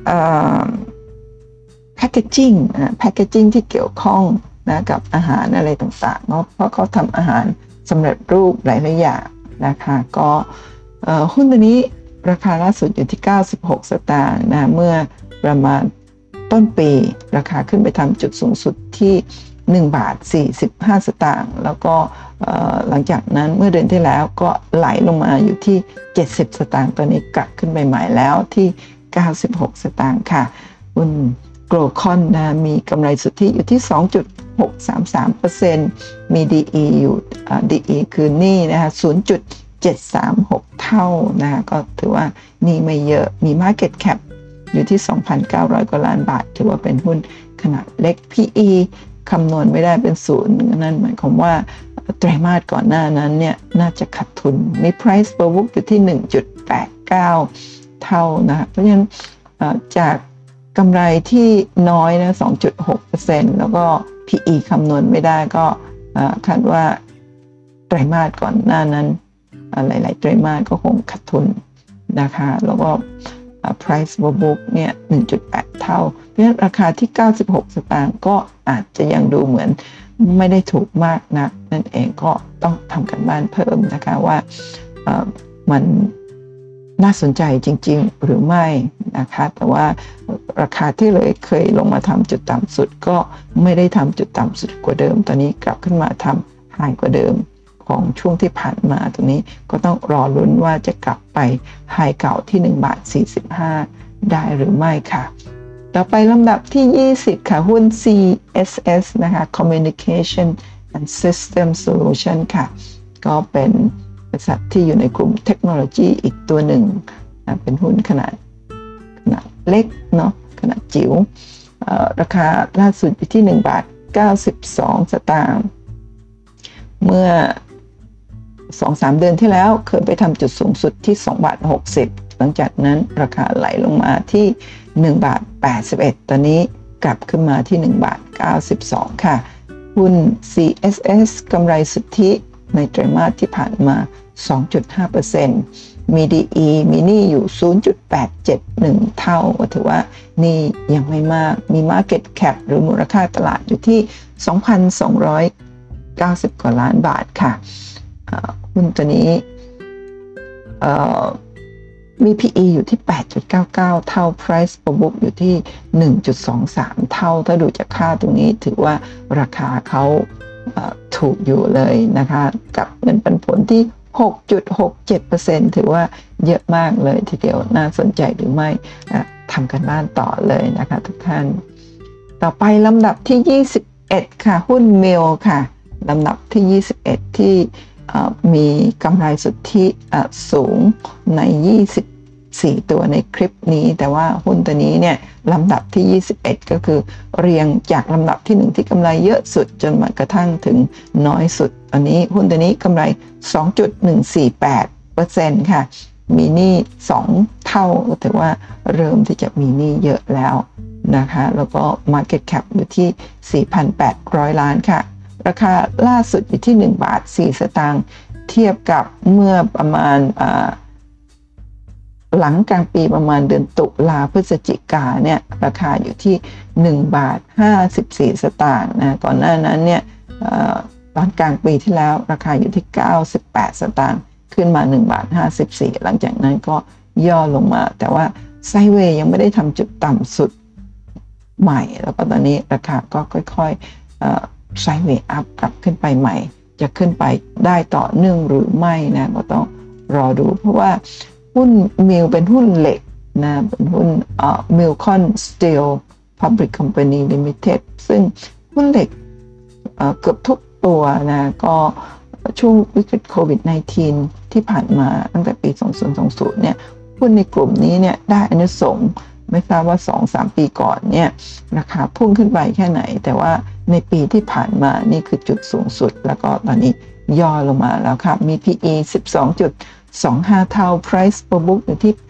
แพคเกจิ้งที่เกี่ยวข้องนะกับอาหารอะไรต่างๆเพราะเขาทำอาหารสำเร็จรูปหลายๆอย่างนะคะก็หุ้นตัวนี้ราคาล่าสุดอยู่ที่96 สตางค์นะเมื่อประมาณต้นปีราคาขึ้นไปทำจุดสูงสุดที่1บาท45 สตางค์แล้วก็หลังจากนั้นเมื่อเดือนที่แล้วก็ไหลลงมาอยู่ที่70 สตางค์ตอนนี้กลับขึ้นไปใหม่แล้วที่96 สตางค์ค่ะหุ้นโกลคอนนะมีกำไรสุทธิอยู่ที่ 2.633% มี DE อยู่DE คือหนี้นะคะ 0.736 เท่านะก็ถือว่านี่ไม่เยอะมี Market Cap อยู่ที่ 2,900 กว่าล้านบาทถือว่าเป็นหุ้นขนาดเล็ก PE คำนวณไม่ได้เป็นศูนย์นั่นหมายความว่าไตรมาสก่อนหน้านั้นเนี่ยน่าจะขาดทุนมี Price per book อยู่ที่ 1.89 เท่านะเพราะฉะนั้นจากกำไรที่น้อยนะ 2.6% แล้วก็ PE คำนวณไม่ได้ก็คาดว่าไตรมาสก่อนหน้านั้นหลายๆไตรมาสก็คงขาดทุนนะคะแล้วก็ price per book เนี่ย 1.8 เท่าเพราะฉะนั้นราคาที่96 สตางค์ก็อาจจะยังดูเหมือนไม่ได้ถูกมากนักนั่นเองก็ต้องทำกันบ้านเพิ่มนะคะว่ามันน่าสนใจจริงๆหรือไม่นะคะแต่ว่าราคาที่เลยเคยลงมาทำจุดต่ำสุดก็ไม่ได้ทำจุดต่ำสุดกว่าเดิมตอนนี้กลับขึ้นมาทำไฮกว่าเดิมของช่วงที่ผ่านมาตรงนี้ก็ต้องรอลุ้นว่าจะกลับไปไฮเก่าที่1บาท45ได้หรือไม่ค่ะต่อไปลำดับที่20ค่ะหุ้น CSS นะคะ Communication and System Solution ค่ะก็เป็นบริษัทที่อยู่ในกลุ่มเทคโนโลยีอีกตัวหนึ่งเป็นหุ้นขนาดเล็กเนาะขนาดจิ๋วราคาล่าสุดอยู่ที่1บาท92 สตางค์เมื่อ 2-3 เดือนที่แล้วเคยไปทำจุดสูงสุดที่2บาท60หลังจากนั้นราคาไหลลงมาที่1บาท81ตอนนี้กลับขึ้นมาที่1บาท92ค่ะหุ้น CSS กำไรสุทธิในไตรมาสที่ผ่านมา 2.5% มี DE มีหนี้อยู่ 0.871 เท่าถือว่านี่ยังไม่มากมี Market Cap หรือมูลค่าตลาดอยู่ที่ 2,290 กว่าล้านบาทค่ะหุ้นตัวนี้มี PE อยู่ที่ 8.99 เท่า Price per book อยู่ที่ 1.23 เท่าถ้าดูจากค่าตรงนี้ถือว่าราคาเขาถูกอยู่เลยนะคะกับเงินปันผลที่ 6.67% ถือว่าเยอะมากเลยทีเดียวน่าสนใจหรือไม่ทำกันบ้านต่อเลยนะคะทุกท่านต่อไปลำดับที่21ค่ะหุ้นเมลค่ะลำดับที่21ที่มีกำไรสุทธิสูงใน24ตัวในคลิปนี้แต่ว่าหุ้นตัวนี้เนี่ยลำดับที่21ก็คือเรียงจากลำดับที่1ที่กำไรเยอะสุดจนมากระทั่งถึงน้อยสุดอันนี้หุ้นตัวนี้กำไร 2.148 10%ค่ะมีหนี้2เท่าก็ถือว่าเริ่มที่จะมีหนี้เยอะแล้วนะคะแล้วก็ Market Cap อยู่ที่ 4,800 ล้านค่ะราคาล่าสุดอยู่ที่1 บาท 4 สตางค์เทียบกับเมื่อประมาณหลังกลางปีประมาณเดือนตุลาพฤศจิกาเนี่ยราคาอยู่ที่1 บาท 54 สตางค์นะก่อนหน้านั้นเนี่ยตอนกลางปีที่แล้วราคาอยู่ที่98 สตางค์ขึ้นมา1 บาท 54หลังจากนั้นก็ย่อลงมาแต่ว่าไซด์เวย์ยังไม่ได้ทำจุดต่ำสุดใหม่แล้วก็ตอนนี้ราคาก็ค่อยๆไซด์เวย์อัพกลับขึ้นไปใหม่จะขึ้นไปได้ต่อเนื่องหรือไม่นะก็ต้องรอดูเพราะว่าหุ้นมิลเป็นหุ้นเหล็กนะเป็นหุ้นMilcon Steel Public Company Limited ซึ่งหุ้นเหล็กเกือบทุกตัวนะก็ช่วงวิกฤตโควิด -19 ที่ผ่านมาตั้งแต่ปี 2020 เนี่ยหุ้นในกลุ่มนี้เนี่ยได้อานิสงส์ไม่ทราบว่า 2-3 ปีก่อนเนี่ยราคาพุ่งขึ้นไปแค่ไหนแต่ว่าในปีที่ผ่านมานี่คือจุดสูงสุดแล้วก็ตอนนี้ย่อลงมาแล้วครับมี PE 12.25 เท่า Price per book อยู่ที่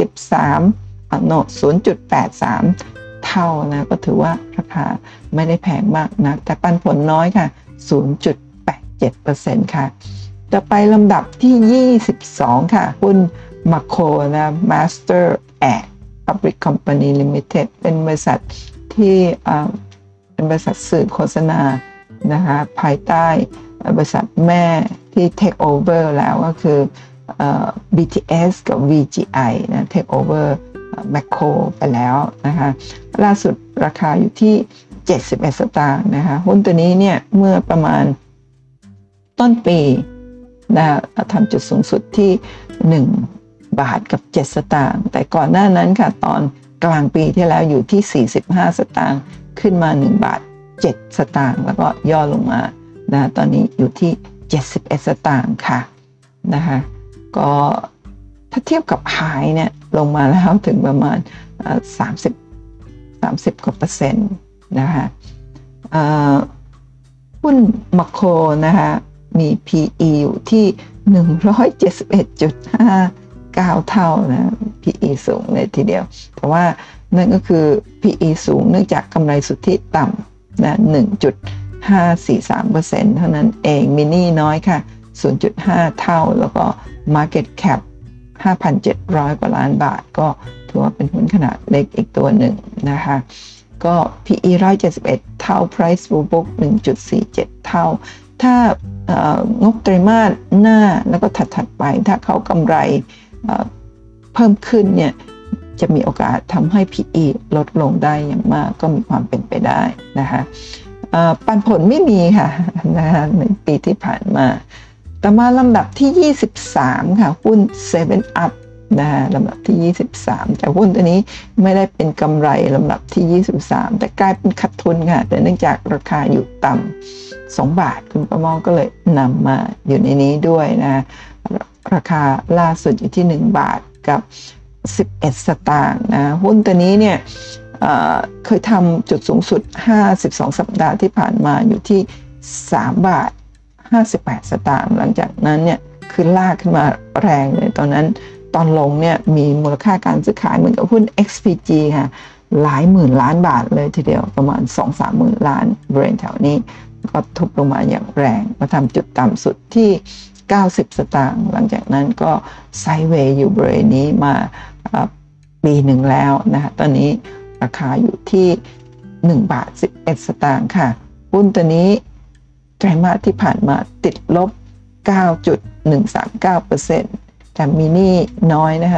0.83 เท่านะก็ถือว่าราคาไม่ได้แพงมากนักแต่ปันผลน้อยค่ะ 0.87% ค่ะต่อไปลำดับที่ 22 ค่ะหุ้นมาโคนะ Master Ag Public Company Limited เป็นบริษัทที่เป็นบริษัทสื่อโฆษณานะคะภายใต้บริษัทแม่ที่ take over แล้วก็คือBTS กับ VGI นะ take over Macro ไปแล้วนะคะล่าสุดราคาอยู่ที่71 สตางค์นะคะหุ้นตัวนี้เนี่ยเมื่อประมาณต้นปีนะทำจุดสูงสุดที่1 บาทกับ7 สตางค์แต่ก่อนหน้านั้นค่ะตอนกลางปีที่แล้วอยู่ที่45 สตางค์ขึ้นมา1 บาท 7 สตางค์แล้วก็ย่อลงมานะตอนนี้อยู่ที่71 สตางค์ค่ะนะคะก็ถ้าเทียบกับไฮเนี่ยลงมาแล้วถึงประมาณ30 กว่า%นะคะหุ้นมาโคนะคะมี PE อยู่ที่ 171.59 เท่านะ PE สูงเลยทีเดียวแต่ว่านั่นก็คือ PE สูงเนื่องจากกำไรสุทธิต่ำนะ 1.543% เท่านั้นเองมินี่น้อยค่ะ 0.5 เท่าแล้วก็ Market Cap 5,700 กว่าล้านบาทก็ถือว่าเป็นหุ้นขนาดเล็กอีกตัวหนึ่งนะคะก็ PE 171 เท่า Price to book 1.47 เท่าถ้างบไตรมาสหน้าแล้วก็ถัดไปถ้าเขากำไรเพิ่มขึ้นเนี่ยจะมีโอกาสทำให้ PE ลดลงได้อย่างมากก็มีความเป็นไปได้นะคะปันผลไม่มีค่ะนะคะในปีที่ผ่านมาต่อมาลำดับที่23ค่ะหุ้น7 Up นะคะลำดับที่23แต่หุ้นตัวนี้ไม่ได้เป็นกำไรลำดับที่23แต่กลายเป็นขาดทุนค่ะแต่เนื่องจากราคาอยู่ต่ำ2 บาทคุณประมงก็เลยนำมาอยู่ในนี้ด้วยนะราคาล่าสุดอยู่ที่1 บาทกับ11 สตางค์นะหุ้นตัวนี้เนี่ยเคยทำจุดสูงสุด52 สัปดาห์ที่ผ่านมาอยู่ที่3 บาท 58 สตางค์หลังจากนั้นเนี่ยคือลากขึ้นมาแรงเลยตอนนั้นตอนลงเนี่ยมีมูลค่าการซื้อขายเหมือนกับหุ้น XPG ค่ะหลายหมื่นล้านบาทเลยทีเดียวประมาณ 2-3 หมื่นล้านบริเวณแถวนี้ก็ทุบลงมาอย่างแรงมาทำจุดต่ำสุดที่90 สตางค์หลังจากนั้นก็ไซด์เวย์อยู่บริเวณนี้มาปีหนึ่งแล้วนะคะตอนนี้ราคาอยู่ที่1 บาท 11 สตางค์ค่ะหุ้นตัวนี้ไตรมาสที่ผ่านมาติดลบ 9.139% แต่มินี่น้อยนะคะ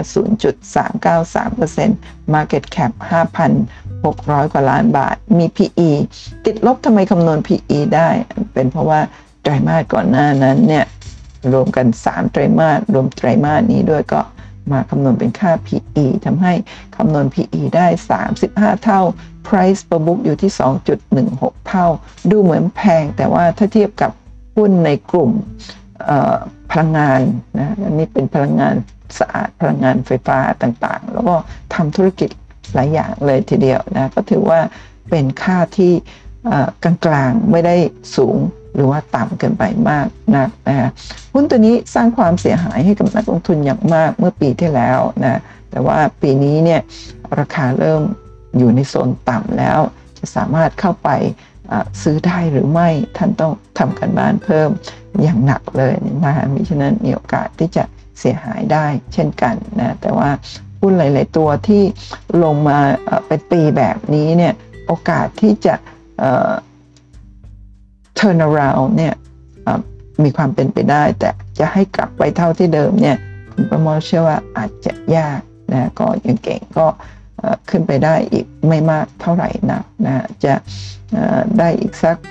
0.393% Market Cap 5,600 กว่าล้านบาทมี PE ติดลบทำไมคำนวณ PE ได้เป็นเพราะว่าไตรมาสก่อนหน้านั้นเนี่ยรวมกัน3 ไตรมาสรวมไตรมาสนี้ด้วยก็มาคำนวณเป็นค่า PE ทำให้คำนวณ PE ได้35 เท่า Price per book อยู่ที่ 2.16 เท่าดูเหมือนแพงแต่ว่าถ้าเทียบกับหุ้นในกลุ่มพลังงานนะอันนี้เป็นพลังงานสะอาดพลังงานไฟฟ้าต่างๆแล้วก็ทำธุรกิจหลายอย่างเลยทีเดียวนะก็ถือว่าเป็นค่าที่กลางๆไม่ได้สูงหรือว่าต่ำเกินไปมากนักนะคะหุ้นตัวนี้สร้างความเสียหายให้กับนักลงทุนอย่างมากเมื่อปีที่แล้วนะแต่ว่าปีนี้เนี่ยราคาเริ่มอยู่ในโซนต่ำแล้วจะสามารถเข้าไปซื้อได้หรือไม่ท่านต้องทำการบ้านเพิ่มอย่างหนักเลยนะคะมิฉะนั้นมีโอกาสที่จะเสียหายได้เช่นกันนะแต่ว่าหุ้นหลายๆตัวที่ลงมาเป็นปีแบบนี้เนี่ยโอกาสที่จะturn around เนี่ยมีความเป็นไปได้แต่จะให้กลับไปเท่าที่เดิมเนี่ยคุณประเมินเชื่อว่าอาจจะยากนะก็ยังเก่งก็ขึ้นไปได้อีกไม่มากเท่าไหร่นะจะได้อีก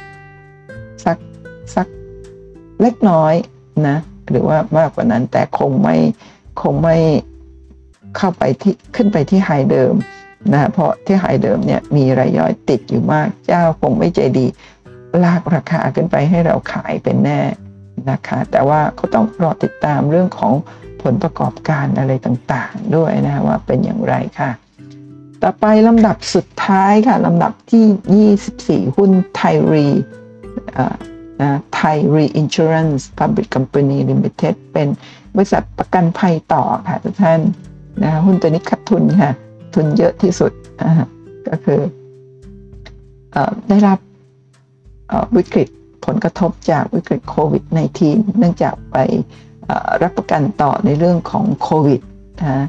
สักเล็กน้อยนะหรือว่ามากกว่านั้นแต่คงไม่เข้าไปที่ขึ้นไปที่ไฮเดิมนะเพราะที่ไฮเดิมเนี่ยมีรายย่อยติดอยู่มากเจ้าคงไม่ใจดีลากราคาขึ้นไปให้เราขายเป็นแน่นะคะแต่ว่าก็ต้องรอติดตามเรื่องของผลประกอบการอะไรต่างๆด้วยนะว่าเป็นอย่างไรค่ะต่อไปลำดับสุดท้ายค่ะลำดับที่24หุ้นไทยรีไทยรีอินชัวรันส์พับลิกคัมพานีลิมิเต็ดเป็นบริษัทประกันภัยต่อค่ะทุกท่านนะหุ้นตัวนี้ขาดทุนค่ะทุนเยอะที่สุดก็คือได้รับวิกฤตผลกระทบจากวิกฤตโควิด -19 เนื่องจากไปรับประกันต่อในเรื่องของโควิดนะ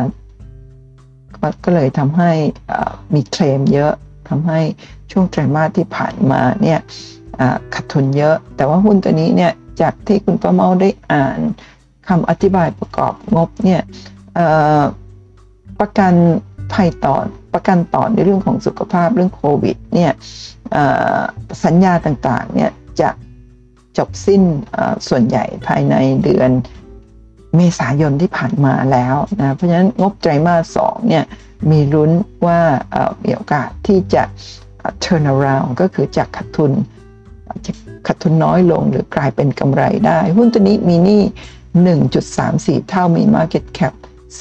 ก็เลยทำให้มีเคลมเยอะทำให้ช่วงไตรมาสที่ผ่านมาเนี่ยขาดทุนเยอะแต่ว่าหุ้นตัวนี้เนี่ยจากที่คุณป้าเมาได้อ่านคำอธิบายประกอบงบเนี่ยประกันภัยต่อประกันต่อในเรื่องของสุขภาพเรื่องโควิดเนี่ยสัญญาต่างๆเนี่ยจะจบสิ้นส่วนใหญ่ภายในเดือนเมษายนที่ผ่านมาแล้วนะเพราะฉะนั้นงบไตรมาส2เนี่ยมีลุ้นว่ามีโอกาสที่จะ turn around ก็คือจากขาดทุนน้อยลงหรือกลายเป็นกำไรได้หุ้นตัวนี้มีหนี้ 1.34 เท่ามี market cap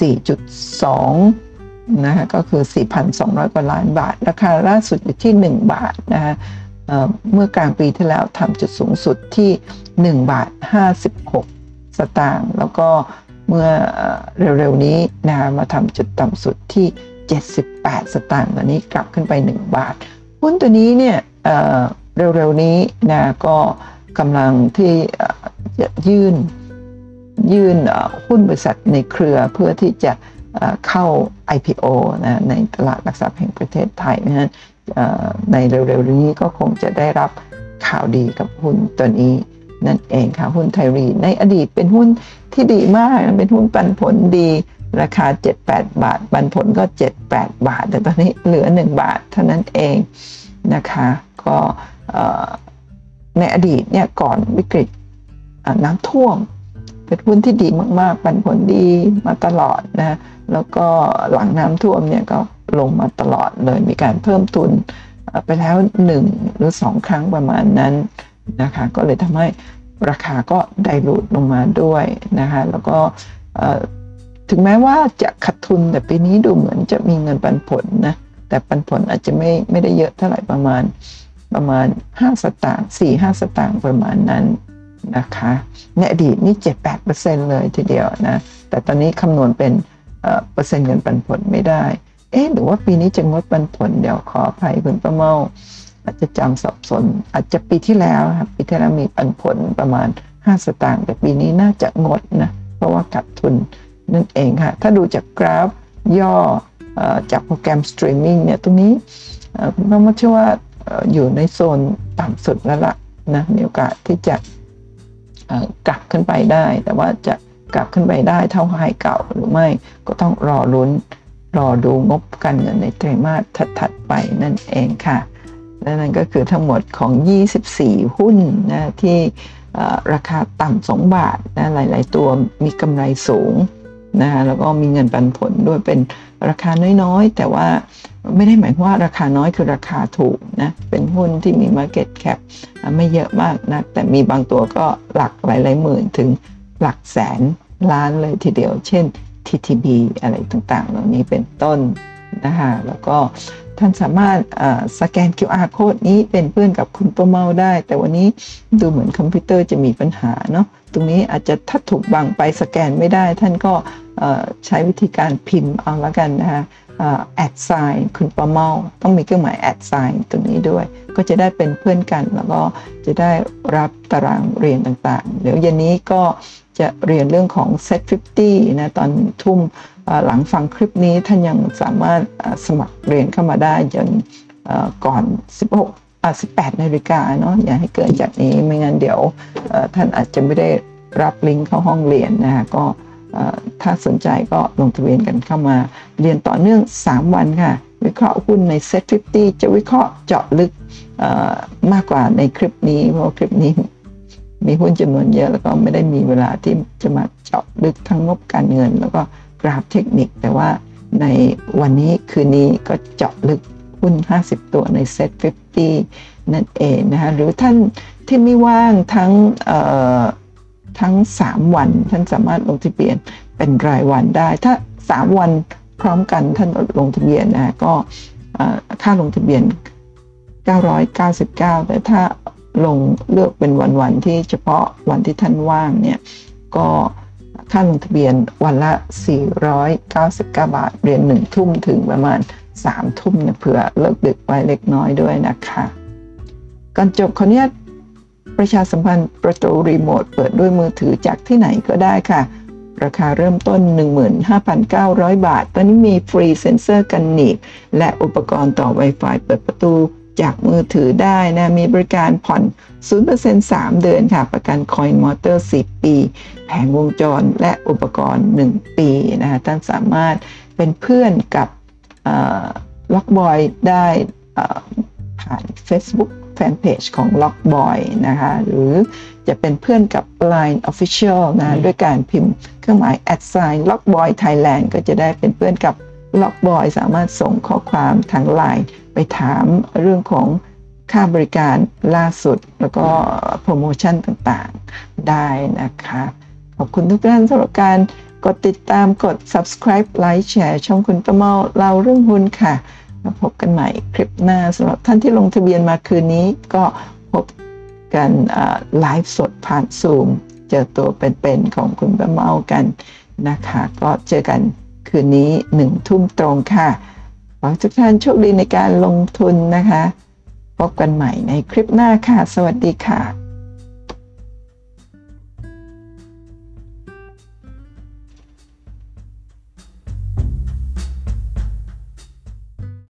4.2 นะคะก็คือ 4,200 กว่าล้านบาทราคาล่าสุดอยู่ที่1 บาทนะคะเมื่อกลางปีที่แล้วทำจุดสูงสุดที่1 บาท 56 สตางค์แล้วก็เมื่อเร็วๆนี้นะมาทำจุดต่ำสุดที่78 สตางค์ตอนนี้กลับขึ้นไป1 บาทหุ้นตัวนี้เนี่ยเร็วๆนี้นะก็กำลังที่จะยื่นหุ้นบริษัทในเครือเพื่อที่จะเข้า IPO นะในตลาดหลักทรัพย์แห่งประเทศไทยนะฮะในเร็วๆนี้ก็คงจะได้รับข่าวดีกับหุ้นตัวนี้นั่นเองค่ะหุ้นไทยรีในอดีตเป็นหุ้นที่ดีมากเป็นหุ้นปันผลดีราคา 7-8 บาทปันผลก็ 7-8 บาทแต่ตอนนี้เหลือ1 บาทเท่านั้นเองนะคะก็ในอดีตเนี่ยก่อนวิกฤตน้ำท่วมเป็นหุ้นที่ดีมากๆปันผลดีมาตลอดนะแล้วก็หลังน้ำท่วมเนี่ยก็ลงมาตลอดเลยมีการเพิ่มทุนไปแล้ว1 หรือ 2 ครั้งประมาณนั้นนะคะก็เลยทำให้ราคาก็ไดรูทลงมาด้วยนะคะแล้วก็ถึงแม้ว่าจะขาดทุนแต่ปีนี้ดูเหมือนจะมีเงินปันผลนะแต่ปันผลอาจจะไม่ได้เยอะเท่าไหร่ประมาณ5 สตางค์ 4-5 สตางค์ประมาณนั้นนะคะในอดีตนี่ 7-8% เลยทีเดียวนะแต่ตอนนี้คำนวณเป็นเปอร์เซ็นต์เงินปันผลไม่ได้หรือว่าปีนี้จะงดปันผลเดี๋ยวขออภัยคุณป้าเมาอาจจะจำสับสนอาจจะปีที่แล้วครับปีที่แล้วมีปันผลประมาณ5 สตางค์แต่ปีนี้น่าจะงดนะเพราะว่าขาดทุนนั่นเองค่ะถ้าดูจากกราฟย่อจากโปรแกรมสตรีมมิ่งเนี่ยตรงนี้คุณป้าเมาเชื่อว่าอยู่ในโซนต่ำสุดแล้วล่ะนะมีโอกาสที่จะกลับขึ้นไปได้แต่ว่าจะกลับขึ้นไปได้เท่าไฮเก่าหรือไม่ก็ต้องรอลุ้นรอดูงบการเงินในไตรมาสถัดไปนั่นเองค่ะและนั่นก็คือทั้งหมดของ24หุ้นนะที่ราคาต่ำ2 บาทนะหลายๆตัวมีกำไรสูงนะแล้วก็มีเงินปันผลด้วยเป็นราคาน้อยๆแต่ว่าไม่ได้หมายว่าราคาน้อยคือราคาถูกนะเป็นหุ้นที่มี Market Cap ไม่เยอะมากนะแต่มีบางตัวก็หลักหลายๆหมื่นถึงหลักแสนล้านเลยทีเดียวเช่น TTB อะไรต่างๆเหล่านี้เป็นต้นนะคะแล้วก็ท่านสามารถสแกน QR code นี้เป็นเพื่อนกับคุณป้าเมาได้แต่วันนี้ดูเหมือนคอมพิวเตอร์จะมีปัญหาเนาะตรงนี้อาจจะถ้าถูกบังไปสแกนไม่ได้ท่านก็ใช้วิธีการพิมพ์เอาละกันนะคะแอดไซน์คุณป้าเมาต้องมีเครื่องหมายแอดไซน์ตรงนี้ด้วยก็จะได้เป็นเพื่อนกันแล้วก็จะได้รับตารางเรียนต่างๆเดี๋ยวเย็นนี้ก็จะเรียนเรื่องของ Set 50นะตอนทุ่มหลังฟังคลิปนี้ท่านยังสามารถสมัครเรียนเข้ามาได้จนก่อน18 นาฬิกาเนาะอย่าให้เกินจากนี้ไม่งั้นเดี๋ยวท่านอาจจะไม่ได้รับลิงก์เข้าห้องเรียนนะคะก็ถ้าสนใจก็ลงทะเบียนกันเข้ามาเรียนต่อเนื่อง3 วันค่ะวิเคราะห์หุ้นใน Set 50จะวิเคราะห์เจาะลึกมากกว่าในคลิปนี้เพราะคลิปนี้มีหุ้นจำนวนเยอะแล้วก็ไม่ได้มีเวลาที่จะมาเจาะลึกทั้งงบการเงินแล้วก็กราฟเทคนิคแต่ว่าในวันนี้คืนนี้ก็เจาะลึกหุ้น50 ตัวใน Set 50นั่นเองนะคะหรือท่านที่ไม่ว่างทั้ง3 วันท่านสามารถลงทะเบียนเป็นรายวันได้ถ้า3 วันพร้อมกันท่านลงทะเบียนนะก็ค่าลงทะเบียน999แต่ถ้าลงเลือกเป็นวันๆที่เฉพาะวันที่ท่านว่างเนี่ยก็ค่าลงทะเบียนวันละ499 บาทเรียน1 ทุ่มถึงประมาณ3 ทุ่มนะเผื่อเลิกดึกไว้เล็กน้อยด้วยนะคะก่อนจบขออนุญาตประชาสัมพันธ์ประตูรีโมทเปิดด้วยมือถือจากที่ไหนก็ได้ค่ะราคาเริ่มต้น 15,900 บาทตอนนี้มีฟรีเซ็นเซอร์กันหนีบและอุปกรณ์ต่อ Wi-Fi เปิดประตูจากมือถือได้นะมีบริการผ่อน 0% 3 เดือนค่ะประกันคอยน์มอเตอร์10 ปีแผงวงจรและอุปกรณ์1 ปีนะคะท่านสามารถเป็นเพื่อนกับล็อกบอยได้ผ่าน Facebookแฟนเพจของล็อกบอยนะคะหรือจะเป็นเพื่อนกับ Line Official นะด้วยการพิมพ์เครื่องหมาย @ Lockboy Thailand ก็จะได้เป็นเพื่อนกับล็อกบอยสามารถส่งข้อความทาง Line ไปถามเรื่องของค่าบริการล่าสุดแล้วก็โปรโมชั่นต่างๆได้นะคะขอบคุณทุกท่านสำหรับการกดติดตามกด Subscribe ไลค์แชร์ช่องคุณป้าเมาเล่าเรื่องหุ้นค่ะพบกันใหม่คลิปหน้าสำหรับท่านที่ลงทะเบียนมาคืนนี้ก็พบกันไลฟ์สดผ่านซูมเจอตัวเป็นๆของคุณป้าเมากันนะคะก็เจอกันคืนนี้1 ทุ่มตรงค่ะขอให้ทุกท่านโชคดีในการลงทุนนะคะพบกันใหม่ในคลิปหน้าค่ะสวัสดีค่ะ